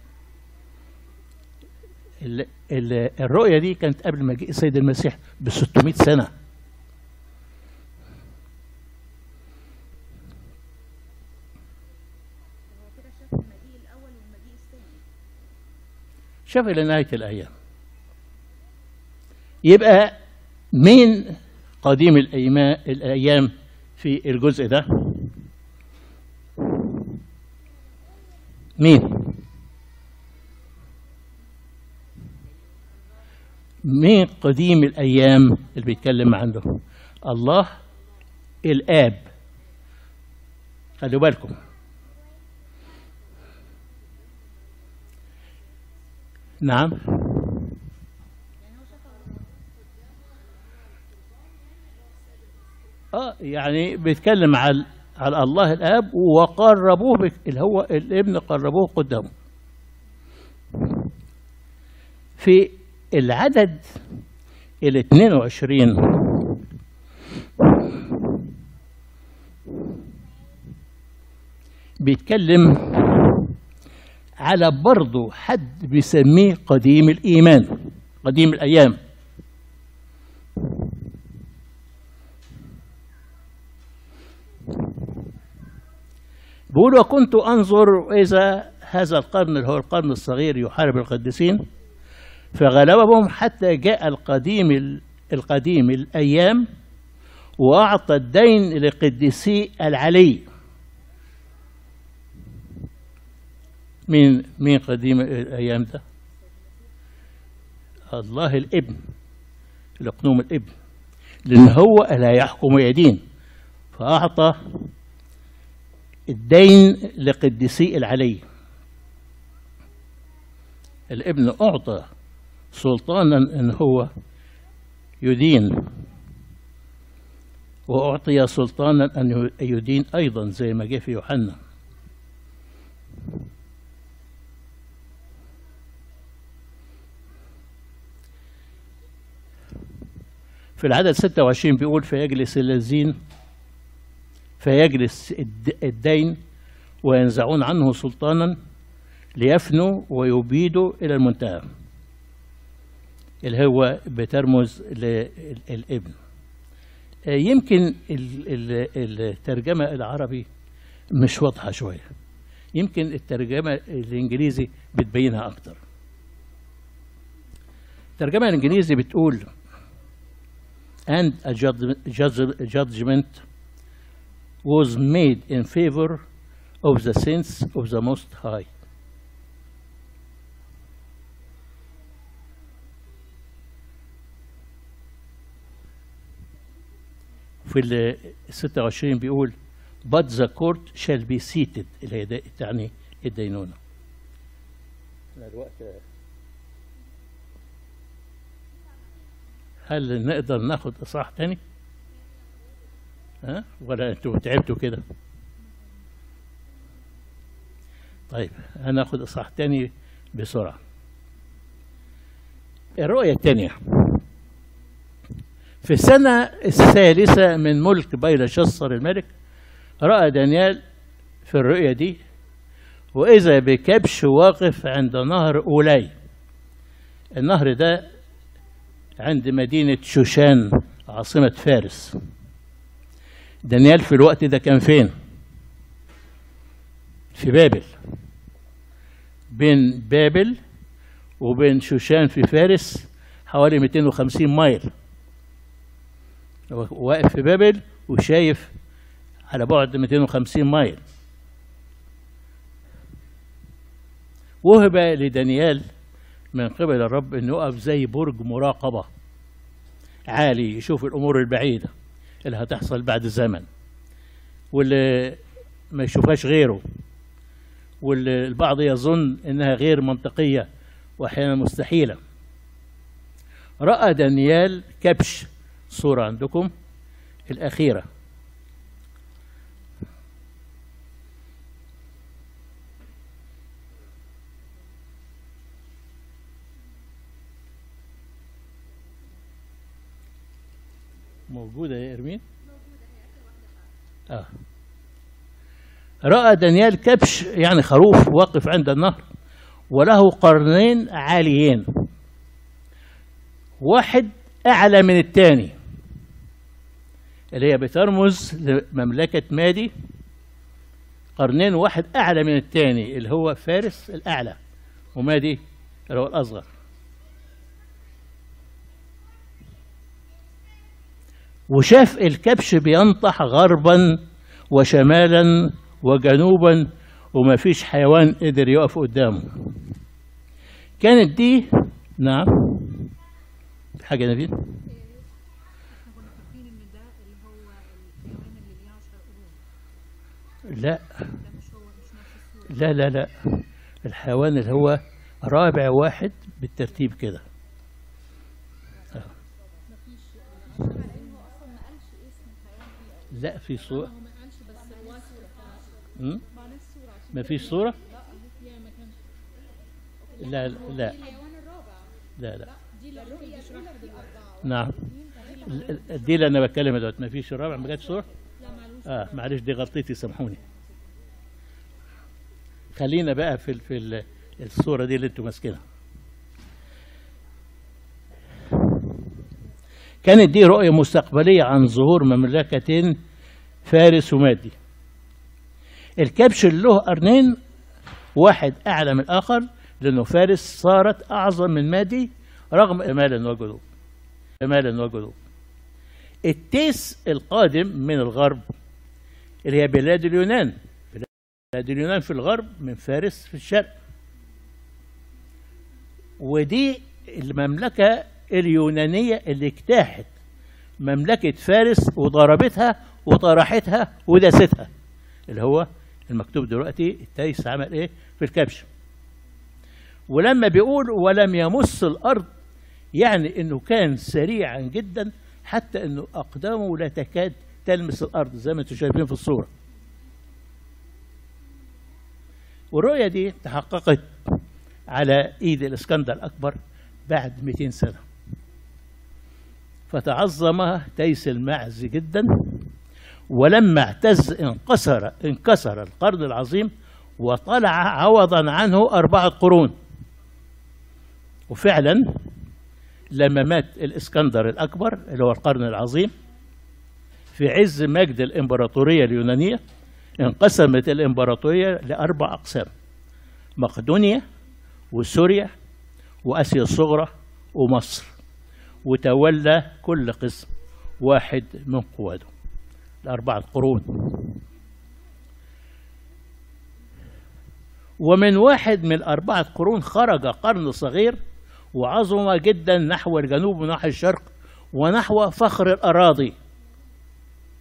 Speaker 1: الرؤية دي كانت قبل مجيء السيد المسيح ب ستمائة سنة. شاف إلى نهاية الأيام. يبقى مين قديم الأيام في الجزء ده؟ مين؟ مين قديم الأيام اللي بيتكلم عنه؟ الله الآب. خلوا بالكم. نعم. اه يعني بيتكلم على على الله الآب وقربوه اللي هو الابن قربوه قدامه. في العدد ال اثنين وعشرين بيتكلم على برضه حد بيسميه قديم الإيمان، قديم الأيام. بيقول وكنت أنظر إذا هذا القرن اللي هو القرن الصغير يحارب القديسين فغلبهم حتى جاء القديم القديم الأيام وأعطى الدين لقديسي العلي. مين مين قديم الأيام ده؟ الله الابن، الأقنوم الابن، لأن هو لا يحكم ويدين، فأعطى الدين لقديسي العلي. الابن أعطى سلطانا أن هو يدين، وأعطي سلطانا أن يدين أيضا زي ما جاء في يوحنا. في العدد ستة وعشرين بيقول فيجلس الذين فيجلس الدين وينزعون عنه سلطانا ليفنوا ويبيدوا إلى المنتهى، اللي هو بترمز للابن. يمكن الترجمة العربي مش واضحة شوية، يمكن الترجمة الإنجليزي بتبينها أكتر. الترجمة الإنجليزي بتقول and a judgment was made in favor of the saints of the Most High. وفي ال ستة وعشرين بيقول but the court shall be seated، اللي هي تعني الدينونة. الوقت هل نقدر ناخد إصحاح تاني؟ ها؟ ولا انتوا تعبتوا كده؟ طيب هناخد إصحاح تاني بسرعة. الرؤية الثانية في السنة الثالثة من ملك بيلشصر الملك، رأى دانيال في الرؤية دي وإذا بكبش واقف عند نهر أولاي. النهر ده عند مدينة شوشان عاصمة فارس. دانيال في الوقت ده كان فين؟ في بابل، بين بابل وبين شوشان في فارس حوالي مئتين وخمسين مايل. واقف في بابل وشايف على بعد مئتين وخمسين مايل. وهب لدانيال من قبل الرب انه يقف زي برج مراقبة عالي يشوف الامور البعيدة اللي هتحصل بعد زمن واللي ما يشوفهاش غيره، واللي البعض يظن انها غير منطقية واحيانا مستحيلة. رأى دانيال كبش، صورة عندكم الأخيرة. موجودة يا إرمين؟ آه. رأى دانيال كبش يعني خروف واقف عند النهر وله قرنين عاليين، واحد أعلى من الثاني، اللي هي بترمز لمملكة مادي. قرنين واحد أعلى من الثاني اللي هو فارس الأعلى ومادي اللي هو الأصغر. وشاف الكبش بينطح غربا وشمالا وجنوبا وما فيش حيوان قدر يقف قدامه. كانت دي نعم حاجة نبيل؟ لا لا لا لا الحيوان اللي هو رابع واحد بالترتيب كده. لا في صورة. ما فيش صورة؟ لا لا لا لا نعم دي اللي انا بتكلم دلوقتي. ما فيش الرابع، ما جاتش صورة؟ اه معلش دي غلطتي سامحوني. خلينا بقى في في الصورة دي اللي انتوا ماسكينها. كانت دي رؤية مستقبلية عن ظهور مملكتين فارس ومادي. الكبش اللي له قرنين واحد أعلى من الآخر لأنه فارس صارت أعظم من مادي رغم إمالا وجنوب إمالا وجنوب. التيس القادم من الغرب اللي هي بلاد اليونان. بلاد اليونان في الغرب من فارس في الشرق. ودي المملكة اليونانية اللي اجتاحت مملكة فارس وضربتها وطرحتها وداستها، اللي هو المكتوب دلوقتي التيس عمل ايه في الكبش. ولما بيقول ولم يمس الأرض يعني انه كان سريعا جدا حتى انه أقدامه لا تكاد تلمس الأرض زي ما انتم شايفين في الصورة. والرؤية دي تحققت على ايد الاسكندر الأكبر بعد مئتين سنة. فتعظم تيس المعز جدا، ولما اعتز انكسر انكسر القرن العظيم وطلع عوضا عنه أربعة قرون. وفعلا لما مات الاسكندر الأكبر اللي هو القرن العظيم في عز مجد الإمبراطورية اليونانية، انقسمت الإمبراطورية لأربع أقسام: مقدونيا وسوريا وآسيا الصغرى ومصر، وتولى كل قسم واحد من قواده الأربعة قرون. ومن واحد من الأربعة قرون خرج قرن صغير وعظم جدا نحو الجنوب ونحو الشرق ونحو فخر الأراضي.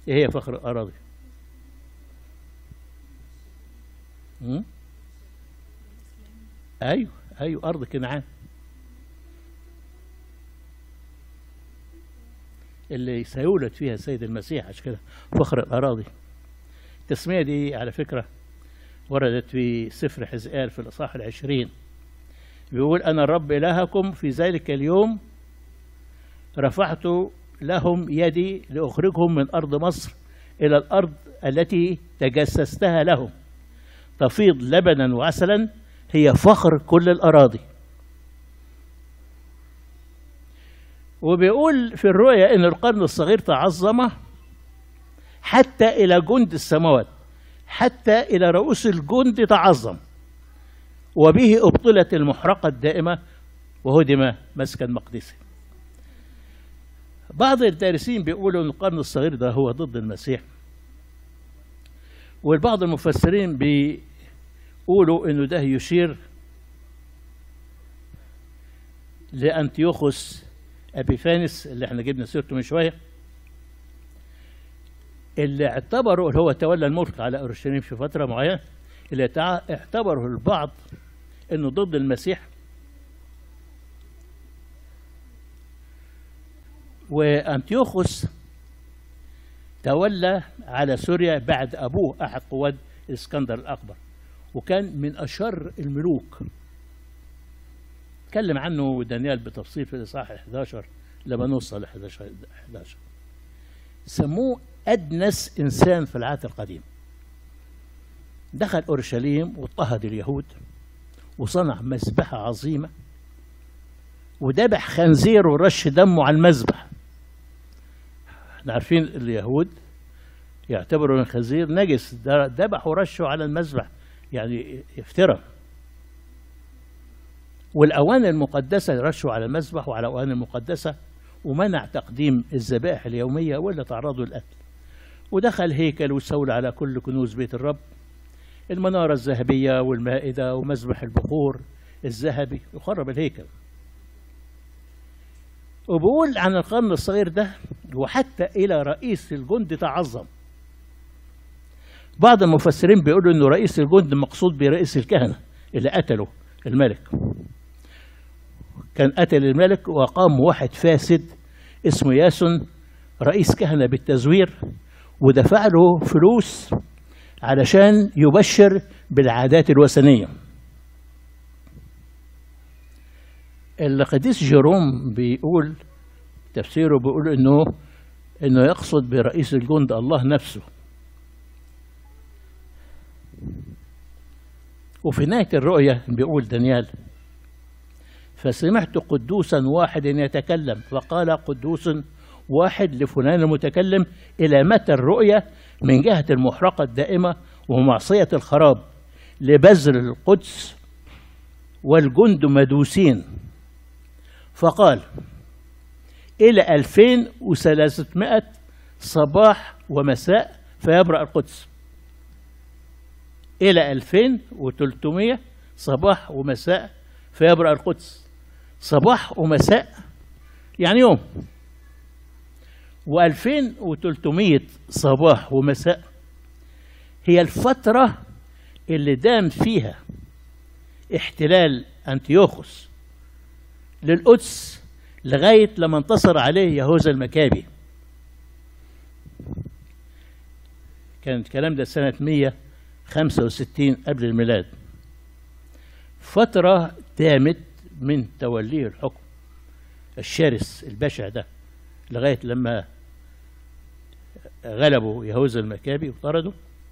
Speaker 1: ايه هي فخر الأراضي؟ م? ايوه ايوه أرض كنعان اللي سيولد فيها السيد المسيح، عشان كده فخر الأراضي. التسمية دي على فكرة وردت في سفر حزقيال في الإصحاح العشرين، بيقول أنا الرب إلهكم في ذلك اليوم رفعت لهم يدي لأخرجهم من أرض مصر إلى الأرض التي تجسستها لهم تفيض لبنا وعسلا، هي فخر كل الأراضي. وبيقول في الرؤيا إن القرن الصغير تعظم حتى إلى جند السماوات، حتى إلى رؤوس الجند تعظم، وبه أبطلت المحرقة الدائمة وهدم مسكن مقدسه. بعض الدارسين بيقولوا أن القرن الصغير ده هو ضد المسيح، والبعض المفسرين بيقولوا أنه ده يشير لأنتيوخوس أبيفانس اللي احنا جبنا سيرته من شوية، اللي اعتبروا اللي هو تولى الملك على أورشليم في فترة معينة، اللي اعتبره البعض أنه ضد المسيح. وأنتيوخوس تولى على سوريا بعد أبوه أحد قواد الإسكندر الأكبر، وكان من أشر الملوك. تكلم عنه دانيال بتفصيل في الإصحاح إحدى عشر لما نوصل ل إحدى عشر. سموه أدنس إنسان في العهد القديم. دخل أورشليم واضطهد اليهود وصنع مذبحة عظيمة وذبح خنزير ورش دمه على المذبح. احنا عارفين اليهود يعتبروا الخنزير نجس، ذبح ورشه على المذبح، يعني يفترى. والأواني المقدسة رشوا على المذبح وعلى الأواني المقدسة، ومنع تقديم الذبائح اليومية ولا تعرضوا للقتل. ودخل هيكل واستولى على كل كنوز بيت الرب، المنارة الذهبية والمائدة ومذبح البخور الذهبي، وخرب الهيكل. وبقول عن القرن الصغير ده وحتى إلى رئيس الجند تعظم. بعض المفسرين بيقولوا إنه رئيس الجند مقصود برئيس الكهنة اللي قتله الملك. كان قتل الملك وقام واحد فاسد اسمه ياسون رئيس كهنة بالتزوير، ودفع له فلوس علشان يبشر بالعادات الوثنية. القديس جيروم بيقول تفسيره، بيقول انه انه يقصد برئيس الجند الله نفسه. وفي نهاية الرؤية بيقول دانيال فسمعت قدوسا واحد يتكلم فقال قدوس واحد لفلان المتكلم إلى متى الرؤية من جهة المحرقة الدائمة ومعصية الخراب لبذر القدس والجند مدوسين؟ فقال إلى ألفين وثلاثمائة صباح ومساء فيبرأ القدس. إلى ألفين وثلاثمائة صباح ومساء فيبرأ القدس. صباح ومساء يعني يوم، وألفين وثلاثمائة صباح ومساء هي الفترة اللي دام فيها احتلال أنتيوخوس للقدس لغاية لما انتصر عليه يهوذا المكابي. كان الكلام ده سنة مئة وخمسة وستين قبل الميلاد. فترة تامت من توليه الحكم الشرس البشع ده لغاية لما غلبوا يهوذا المكابي وطردوا.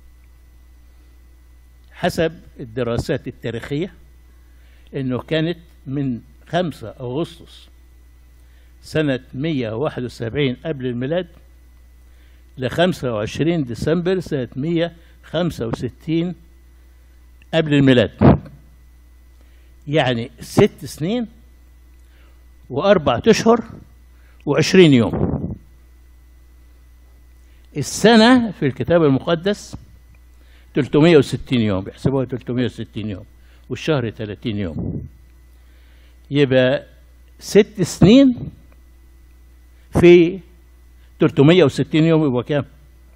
Speaker 1: حسب الدراسات التاريخية انه كانت من خمسة أغسطس سنة مئة وواحد وسبعين قبل الميلاد ل خمسة وعشرين ديسمبر سنة مئة وخمسة وستين قبل الميلاد، يعني ست سنين وأربعة أشهر وعشرين يوم. السنة في الكتاب المقدس ثلاثمائة وستين يوم، بيحسبوها ثلاثمائة وستين يوم، والشهر ثلاثين يوم. يبقى ست سنين في ثلاثمائة وستين يوم يبقى كام؟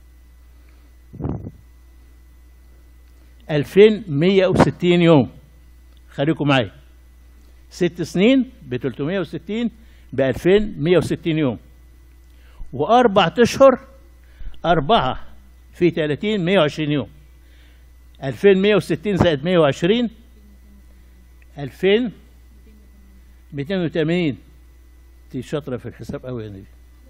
Speaker 1: ألفين ومية وستين يوم، خليكم معايا، ست سنين ب ثلاثمية وستين ب ألفين ومية وستين يوم، وأربع أشهر أربعة في ثلاثين مية وعشرين يوم. ألفين ومية وستين زائد مية وعشرين ألفين ومئتين وثمانين. دي شاطرة في الحساب قوي يا نبي.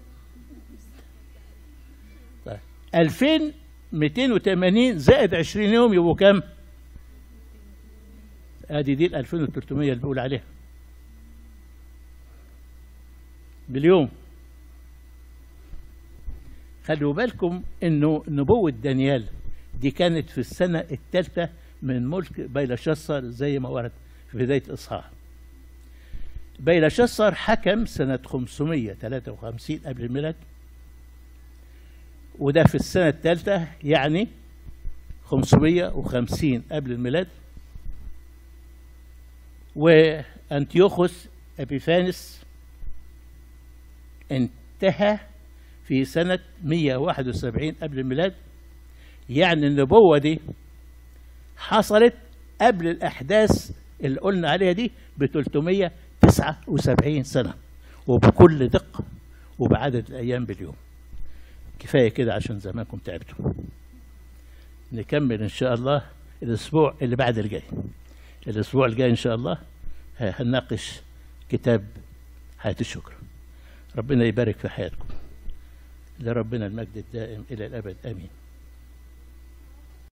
Speaker 1: طيب ألفين ومئتين وثمانين زائد عشرين يوم يبقوا كام؟ ادي دي ال ألفين وثلاثمية اللي بقول عليها باليوم. خلوا بالكم انه نبوة دانيال دي كانت في السنة الثالثة من ملك بيلشسر زي ما ورد في بداية الإصحاح. بيلشسر حكم سنة خمسمية وثلاثة وخمسين قبل الميلاد، وده في السنة الثالثة يعني خمسمية وخمسين قبل الميلاد. وأنتيوخوس أبيفانس انتهى في سنة مية وواحد وسبعين قبل الميلاد. يعني النبوة دي حصلت قبل الأحداث اللي قلنا عليها دي ب ثلاثمية وتسعة وسبعين سنة، وبكل دقة وبعدد الأيام باليوم. كفاية كده عشان زمانكم تعبتوا. نكمل إن شاء الله الأسبوع اللي بعد الجاي. الأسبوع الجاي إن شاء الله هنناقش كتاب حياة الشكر. ربنا يبارك في حياتكم. لربنا المجد الدائم إلى الأبد، آمين.